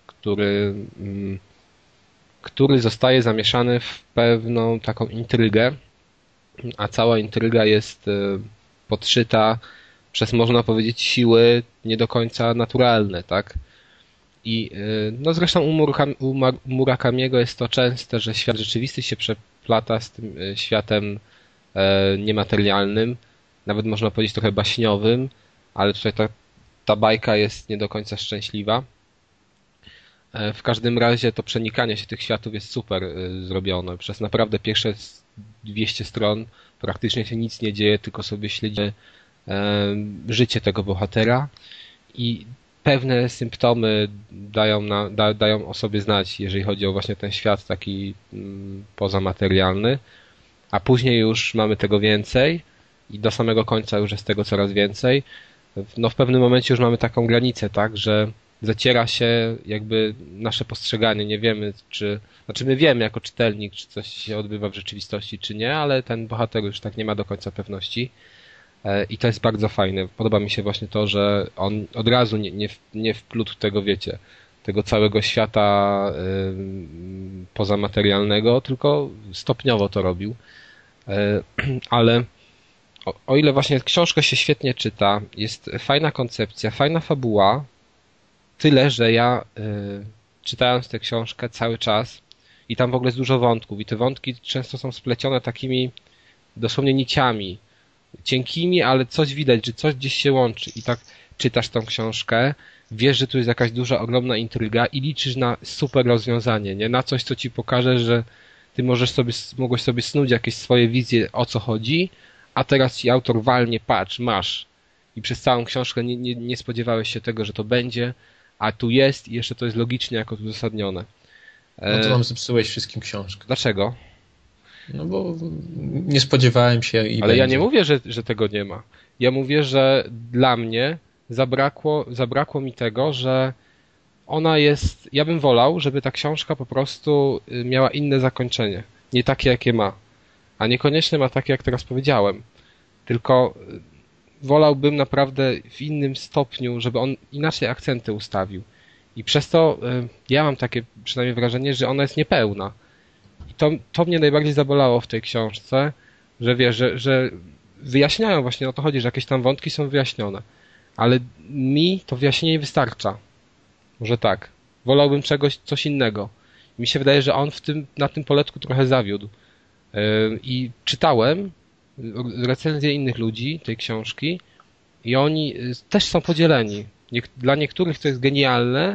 który zostaje zamieszany w pewną taką intrygę, a cała intryga jest podszyta przez, można powiedzieć, siły nie do końca naturalne, tak? I no zresztą u Murakamiego jest to częste, że świat rzeczywisty się przeplata z tym światem niematerialnym, nawet można powiedzieć trochę baśniowym, ale tutaj ta bajka jest nie do końca szczęśliwa. W każdym razie to przenikanie się tych światów jest super zrobione. Przez naprawdę pierwsze 200 stron praktycznie się nic nie dzieje, tylko sobie śledzimy życie tego bohatera i pewne symptomy dają o sobie znać, jeżeli chodzi o właśnie ten świat taki pozamaterialny, a później już mamy tego więcej i do samego końca już jest tego coraz więcej. No w pewnym momencie już mamy taką granicę, tak, że zaciera się jakby nasze postrzeganie, nie wiemy znaczy my wiemy jako czytelnik, czy coś się odbywa w rzeczywistości, czy nie, ale ten bohater już tak nie ma do końca pewności i to jest bardzo fajne. Podoba mi się właśnie to, że on od razu nie wplótł tego, wiecie, tego całego świata pozamaterialnego, tylko stopniowo to robił. Ale o ile właśnie książkę się świetnie czyta, jest fajna koncepcja, fajna fabuła, tyle, że ja czytając tę książkę cały czas i tam w ogóle jest dużo wątków i te wątki często są splecione takimi dosłownie niciami, cienkimi, ale coś widać, że coś gdzieś się łączy i tak czytasz tą książkę, wiesz, że tu jest jakaś duża, ogromna intryga i liczysz na super rozwiązanie, nie? Na coś, co ci pokaże, że ty mogłeś sobie snuć jakieś swoje wizje, o co chodzi, a teraz ci autor walnie, patrz, masz. I przez całą książkę nie spodziewałeś się tego, że to będzie, a tu jest i jeszcze to jest logicznie jako uzasadnione. No to nam zepsułeś wszystkim książkę. Dlaczego? No bo nie spodziewałem się i Ale ja będzie. nie mówię, że tego nie ma. Ja mówię, że dla mnie zabrakło mi tego, że ona jest... Ja bym wolał, żeby ta książka po prostu miała inne zakończenie. Nie takie, jakie ma. A niekoniecznie ma takie, jak teraz powiedziałem. Tylko wolałbym naprawdę w innym stopniu, żeby on inaczej akcenty ustawił. I przez to ja mam takie przynajmniej wrażenie, że ona jest niepełna. I to mnie najbardziej zabolało w tej książce, że wiesz, że wyjaśniają właśnie, o to chodzi, że jakieś tam wątki są wyjaśnione. Ale mi to wyjaśnienie wystarcza. Może tak. Wolałbym coś innego. Mi się wydaje, że on na tym poletku trochę zawiódł. I czytałem recenzje innych ludzi tej książki i oni też są podzieleni. Dla niektórych to jest genialne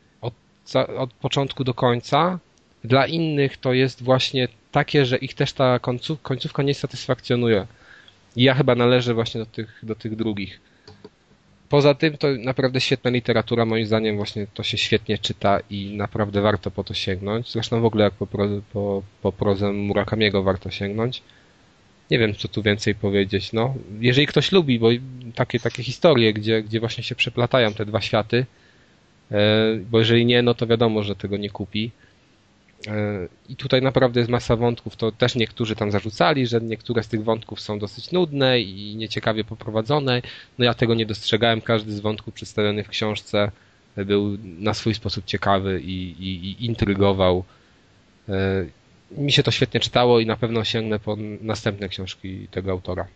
od początku do końca, dla innych to jest właśnie takie, że ich też ta końcówka nie satysfakcjonuje. I ja chyba należę właśnie do tych drugich. Poza tym to naprawdę świetna literatura, moim zdaniem właśnie to się świetnie czyta i naprawdę warto po to sięgnąć. Zresztą w ogóle jak po prozę Murakamiego warto sięgnąć. Nie wiem, co tu więcej powiedzieć. No, jeżeli ktoś lubi, bo takie historie, gdzie właśnie się przeplatają te dwa światy, bo jeżeli nie, no to wiadomo, że tego nie kupi. I tutaj naprawdę jest masa wątków, to też niektórzy tam zarzucali, że niektóre z tych wątków są dosyć nudne i nieciekawie poprowadzone. No ja tego nie dostrzegałem, każdy z wątków przedstawiony w książce był na swój sposób ciekawy i intrygował. Mi się to świetnie czytało i na pewno sięgnę po następne książki tego autora.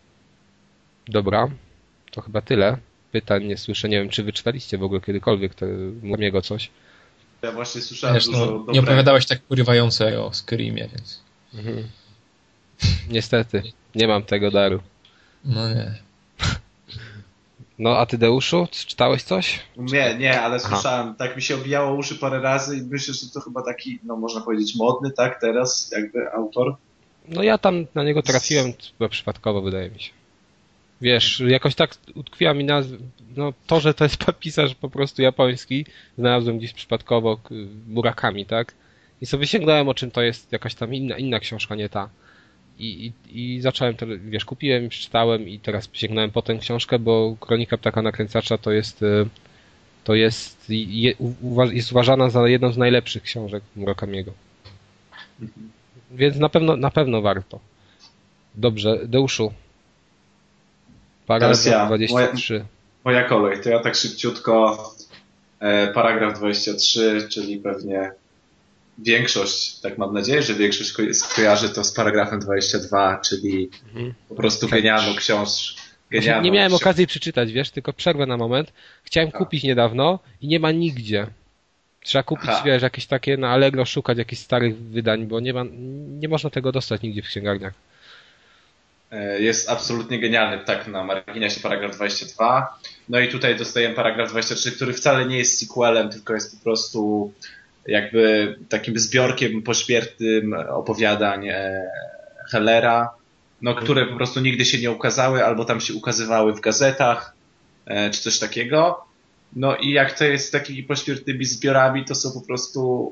Dobra, to chyba tyle. Pytań nie słyszę, nie wiem, czy wy czytaliście w ogóle kiedykolwiek Murakamiego coś. Ja właśnie słyszałem dużo dobrego. Nie opowiadałeś tak porywająco o Skyrimie, więc... Mhm. Niestety, nie mam tego daru. No nie. No a ty, Deuszu, czytałeś coś? Nie, ale słyszałem, tak mi się obijało uszy parę razy i myślę, że to chyba taki, no można powiedzieć modny, tak, teraz jakby autor. No ja tam na niego trafiłem chyba przypadkowo, wydaje mi się. Wiesz, jakoś tak utkwiła mi no to, że to jest pisarz po prostu japoński, znalazłem gdzieś przypadkowo Murakami, tak? I sobie sięgnąłem, o czym to jest jakaś tam inna książka, nie ta. I zacząłem to, wiesz, kupiłem i przeczytałem i teraz sięgnąłem po tę książkę, bo Kronika Ptaka Nakręcacza jest uważana za jedną z najlepszych książek Murakamiego. Więc na pewno warto. Dobrze, Deuszu. Paragraf 23. Moja kolej, to ja tak szybciutko paragraf 23, czyli pewnie większość, tak mam nadzieję, że większość skojarzy to z paragrafem 22, czyli po prostu genialną książkę. Nie miałem okazji przeczytać, wiesz, tylko przerwę na moment. Chciałem kupić niedawno i nie ma nigdzie. Trzeba kupić, wiesz, jakieś takie na Allegro, szukać jakichś starych wydań, bo nie można tego dostać nigdzie w księgarniach. Jest absolutnie genialny, tak, na marginesie paragraf 22. No i tutaj dostajemy paragraf 23, który wcale nie jest sequelem, tylko jest po prostu jakby takim zbiorkiem pośmiertnym opowiadań Hellera, no, które po prostu nigdy się nie ukazały, albo tam się ukazywały w gazetach, czy coś takiego. No i jak to jest z takimi pośmiertnymi zbiorami, to są po prostu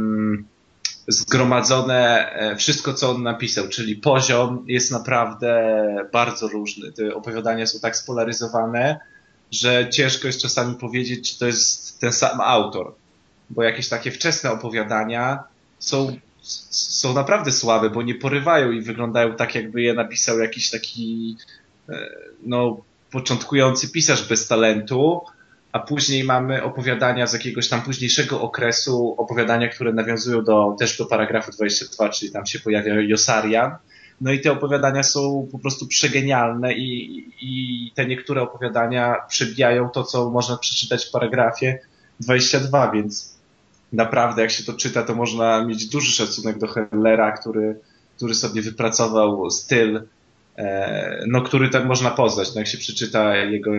zgromadzone wszystko, co on napisał, czyli poziom jest naprawdę bardzo różny. Te opowiadania są tak spolaryzowane, że ciężko jest czasami powiedzieć, czy to jest ten sam autor. Bo jakieś takie wczesne opowiadania są naprawdę słabe, bo nie porywają i wyglądają tak, jakby je napisał jakiś taki początkujący pisarz bez talentu, a później mamy opowiadania z jakiegoś tam późniejszego okresu, opowiadania, które nawiązują też do paragrafu 22, czyli tam się pojawia Josarian. No i te opowiadania są po prostu przegenialne i te niektóre opowiadania przebijają to, co można przeczytać w paragrafie 22, więc naprawdę jak się to czyta, to można mieć duży szacunek do Hellera, który sobie wypracował styl no, który tak można poznać. No, jak się przeczyta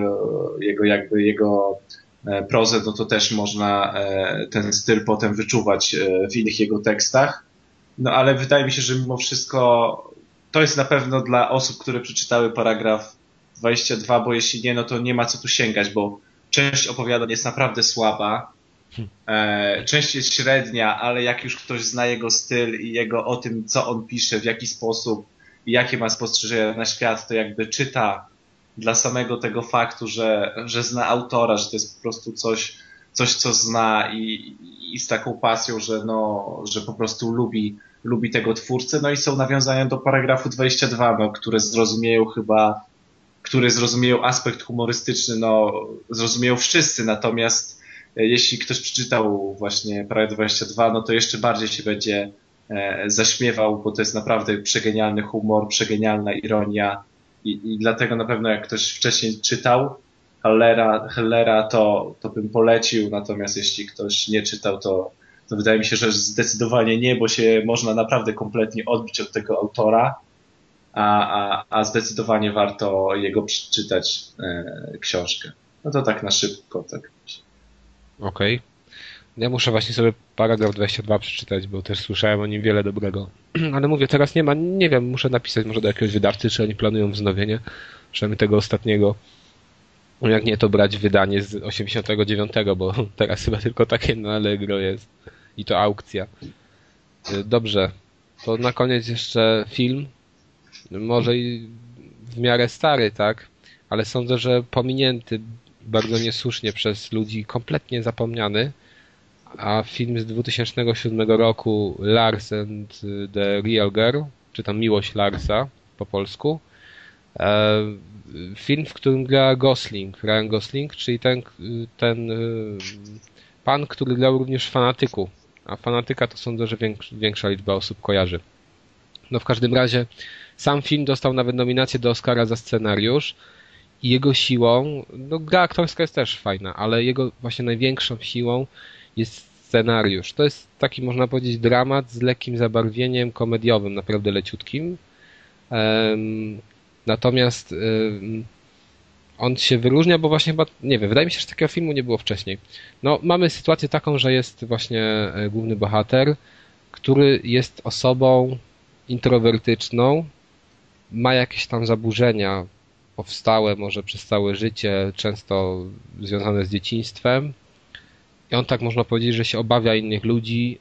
jego prozę, no to też można ten styl potem wyczuwać w innych jego tekstach. No ale wydaje mi się, że mimo wszystko to jest na pewno dla osób, które przeczytały paragraf 22, bo jeśli nie, no to nie ma co tu sięgać, bo część opowiadań jest naprawdę słaba, część jest średnia, ale jak już ktoś zna jego styl i jego o tym, co on pisze, w jaki sposób i jakie ma spostrzeżenia na świat, to jakby czyta dla samego tego faktu, że zna autora, że to jest po prostu coś co zna i z taką pasją, że po prostu lubi tego twórcę. No i są nawiązania do paragrafu 22, no, które zrozumieją aspekt humorystyczny, no zrozumieją wszyscy, natomiast jeśli ktoś przeczytał właśnie paragraf 22, no to jeszcze bardziej się będzie zaśmiewał, bo to jest naprawdę przegenialny humor, przegenialna ironia i dlatego na pewno jak ktoś wcześniej czytał Hellera, to bym polecił, natomiast jeśli ktoś nie czytał, to wydaje mi się, że zdecydowanie nie, bo się można naprawdę kompletnie odbić od tego autora, a zdecydowanie warto jego przeczytać książkę. No to tak na szybko. Tak. Okej. Ja muszę właśnie sobie paragraf 22 przeczytać, bo też słyszałem o nim wiele dobrego. Ale mówię, teraz nie ma, nie wiem, muszę napisać może do jakiegoś wydawcy, czy oni planują wznowienie, przynajmniej tego ostatniego. Jak nie, to brać wydanie z 89, bo teraz chyba tylko takie na Allegro jest. I to aukcja. Dobrze. To na koniec jeszcze film. Może i w miarę stary, tak? Ale sądzę, że pominięty bardzo niesłusznie przez ludzi, kompletnie zapomniany. A film z 2007 roku Lars and the Real Girl, czy tam Miłość Larsa po polsku. Film, w którym gra Ryan Gosling, czyli ten pan, który grał również w Fanatyku. A Fanatyka to sądzę, że większa liczba osób kojarzy. No w każdym razie sam film dostał nawet nominację do Oscara za scenariusz i jego siłą, no gra aktorska jest też fajna, ale jego właśnie największą siłą jest scenariusz. To jest taki, można powiedzieć, dramat z lekkim zabarwieniem komediowym, naprawdę leciutkim. Natomiast on się wyróżnia, bo właśnie chyba, nie wiem, wydaje mi się, że takiego filmu nie było wcześniej. No, mamy sytuację taką, że jest właśnie główny bohater, który jest osobą introwertyczną, ma jakieś tam zaburzenia powstałe może przez całe życie, często związane z dzieciństwem. I on tak można powiedzieć, że się obawia innych ludzi,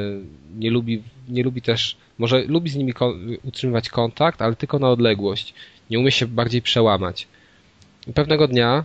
nie lubi też, może lubi z nimi utrzymywać kontakt, ale tylko na odległość. Nie umie się bardziej przełamać. I pewnego dnia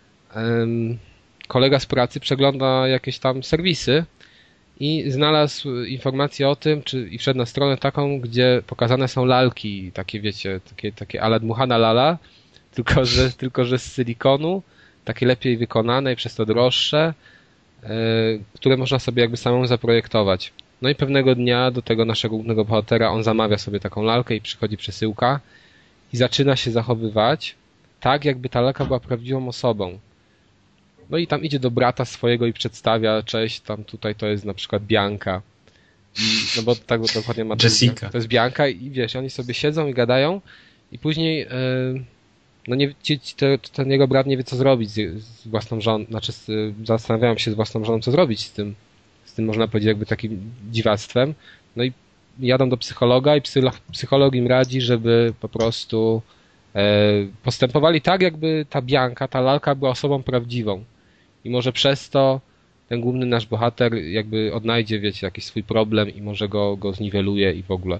kolega z pracy przegląda jakieś tam serwisy i znalazł informację o tym, i wszedł na stronę taką, gdzie pokazane są lalki, takie wiecie, takie a la dmuchana lala, tylko że z silikonu, takie lepiej wykonane i przez to droższe, które można sobie jakby samemu zaprojektować. No i pewnego dnia do tego naszego głównego bohatera on zamawia sobie taką lalkę i przychodzi przesyłka i zaczyna się zachowywać tak, jakby ta lalka była prawdziwą osobą. No i tam idzie do brata swojego i przedstawia, cześć, tam tutaj to jest na przykład Bianka. No bo tak dokładnie ma Jessica. To jest Bianka i wiesz, oni sobie siedzą i gadają i później no nie, ten jego brat nie wie, co zrobić z własną żoną, znaczy zastanawiają się z własną żoną, co zrobić z tym można powiedzieć jakby takim dziwactwem. No i jadą do psychologa i psycholog im radzi, żeby po prostu postępowali tak, jakby ta Bianka, ta lalka była osobą prawdziwą. I może przez to ten główny nasz bohater jakby odnajdzie, wiecie, jakiś swój problem i może go zniweluje i w ogóle.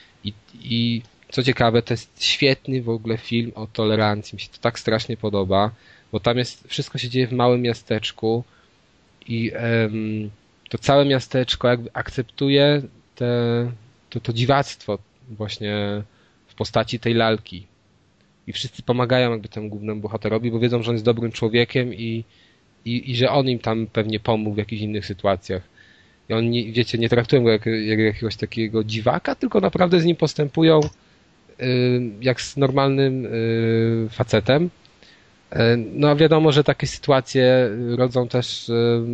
I co ciekawe, to jest świetny w ogóle film o tolerancji. Mi się to tak strasznie podoba, bo tam wszystko się dzieje w małym miasteczku i to całe miasteczko jakby akceptuje to dziwactwo właśnie w postaci tej lalki. I wszyscy pomagają jakby temu głównemu bohaterowi, bo wiedzą, że on jest dobrym człowiekiem i że on im tam pewnie pomógł w jakichś innych sytuacjach. I oni, wiecie, nie traktują go jak jakiegoś takiego dziwaka, tylko naprawdę z nim postępują jak z normalnym facetem. No a wiadomo, że takie sytuacje rodzą też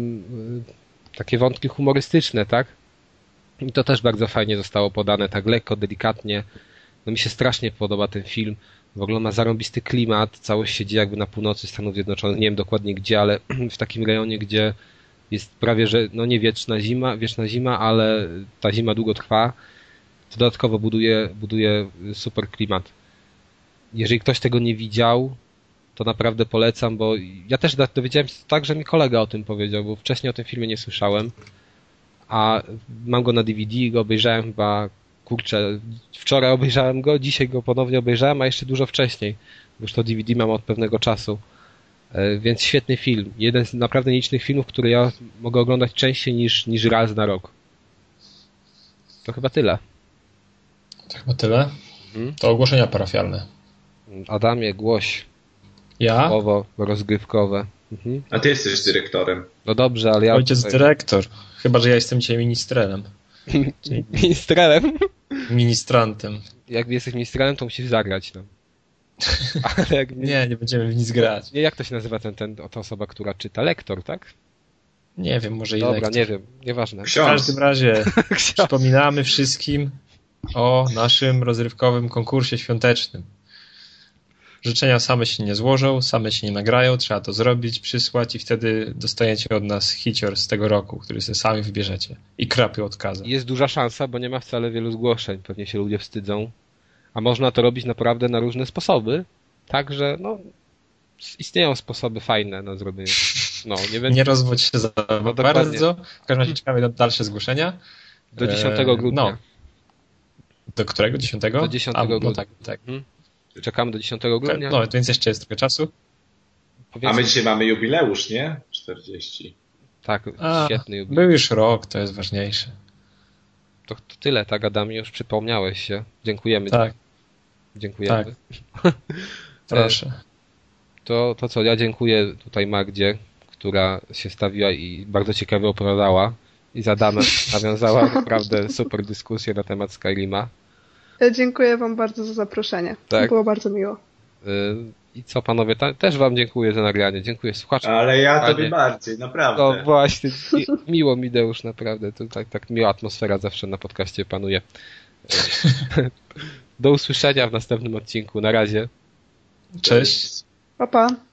takie wątki humorystyczne, tak? I to też bardzo fajnie zostało podane, tak lekko, delikatnie. No mi się strasznie podoba ten film. W ogóle ma zarąbisty klimat, całość się dzieje jakby na północy Stanów Zjednoczonych, nie wiem dokładnie gdzie, ale w takim rejonie, gdzie jest prawie, że no nie wieczna zima, ale ta zima długo trwa. Dodatkowo buduje super klimat. Jeżeli ktoś tego nie widział, to naprawdę polecam, bo ja też dowiedziałem się tak, że mi kolega o tym powiedział, bo wcześniej o tym filmie nie słyszałem, a mam go na DVD, go obejrzałem chyba, kurczę, wczoraj obejrzałem go, dzisiaj go ponownie obejrzałem, a jeszcze dużo wcześniej, bo już to DVD mam od pewnego czasu. Więc świetny film. Jeden z naprawdę nielicznych filmów, które ja mogę oglądać częściej niż raz na rok. To chyba tyle. To chyba tyle. To ogłoszenia parafialne. Adamie, głoś. Ja? Słowo rozgrywkowe. Mhm. A ty jesteś dyrektorem. No dobrze, ale ja... Ojciec dyrektor. Chyba, że ja jestem dzisiaj ministrelem. Ministrelem? Ministrantem. Jak jesteś ministrelem, to musisz zagrać. No. Ale jak Nie będziemy w nic grać. Nie, jak to się nazywa ta osoba, która czyta? Lektor, tak? Nie wiem, może i Dobra, lektor. nie wiem, nieważne. W każdym razie przypominamy wszystkim o naszym rozrywkowym konkursie świątecznym. Życzenia same się nie złożą, same się nie nagrają, trzeba to zrobić, przysłać i wtedy dostajecie od nas hicior z tego roku, który sobie sami wybierzecie. I krapy od Kaza. Jest duża szansa, bo nie ma wcale wielu zgłoszeń. Pewnie się ludzie wstydzą. A można to robić naprawdę na różne sposoby. Także, no, istnieją sposoby fajne na zrobienie. No, nie rozwodź się za bardzo. W każdym razie czekamy na dalsze zgłoszenia. Do 10 grudnia. No. Do którego? 10? Do 10 grudnia. No tak. Czekamy do 10 grudnia. No, więc jeszcze jest trochę czasu. A my dzisiaj mamy jubileusz, nie? 40. Tak, świetny jubileusz. Był już rok, to jest ważniejsze. To tyle, tak, Adamie, już przypomniałeś się. Dziękujemy. Tak. Dziękujemy. Tak. Proszę. To co, ja dziękuję tutaj Magdzie, która się stawiła i bardzo ciekawie opowiadała i z Adamem nawiązała naprawdę super dyskusję na temat Skyrima. Dziękuję wam bardzo za zaproszenie. Tak. Było bardzo miło. I co panowie, też wam dziękuję za nagranie. Dziękuję słuchaczom. Ale ja tobie bardziej, naprawdę. No właśnie, miło mi Deusz, naprawdę. To tak miła atmosfera zawsze na podcaście panuje. Do usłyszenia w następnym odcinku. Na razie. Cześć. Pa, pa.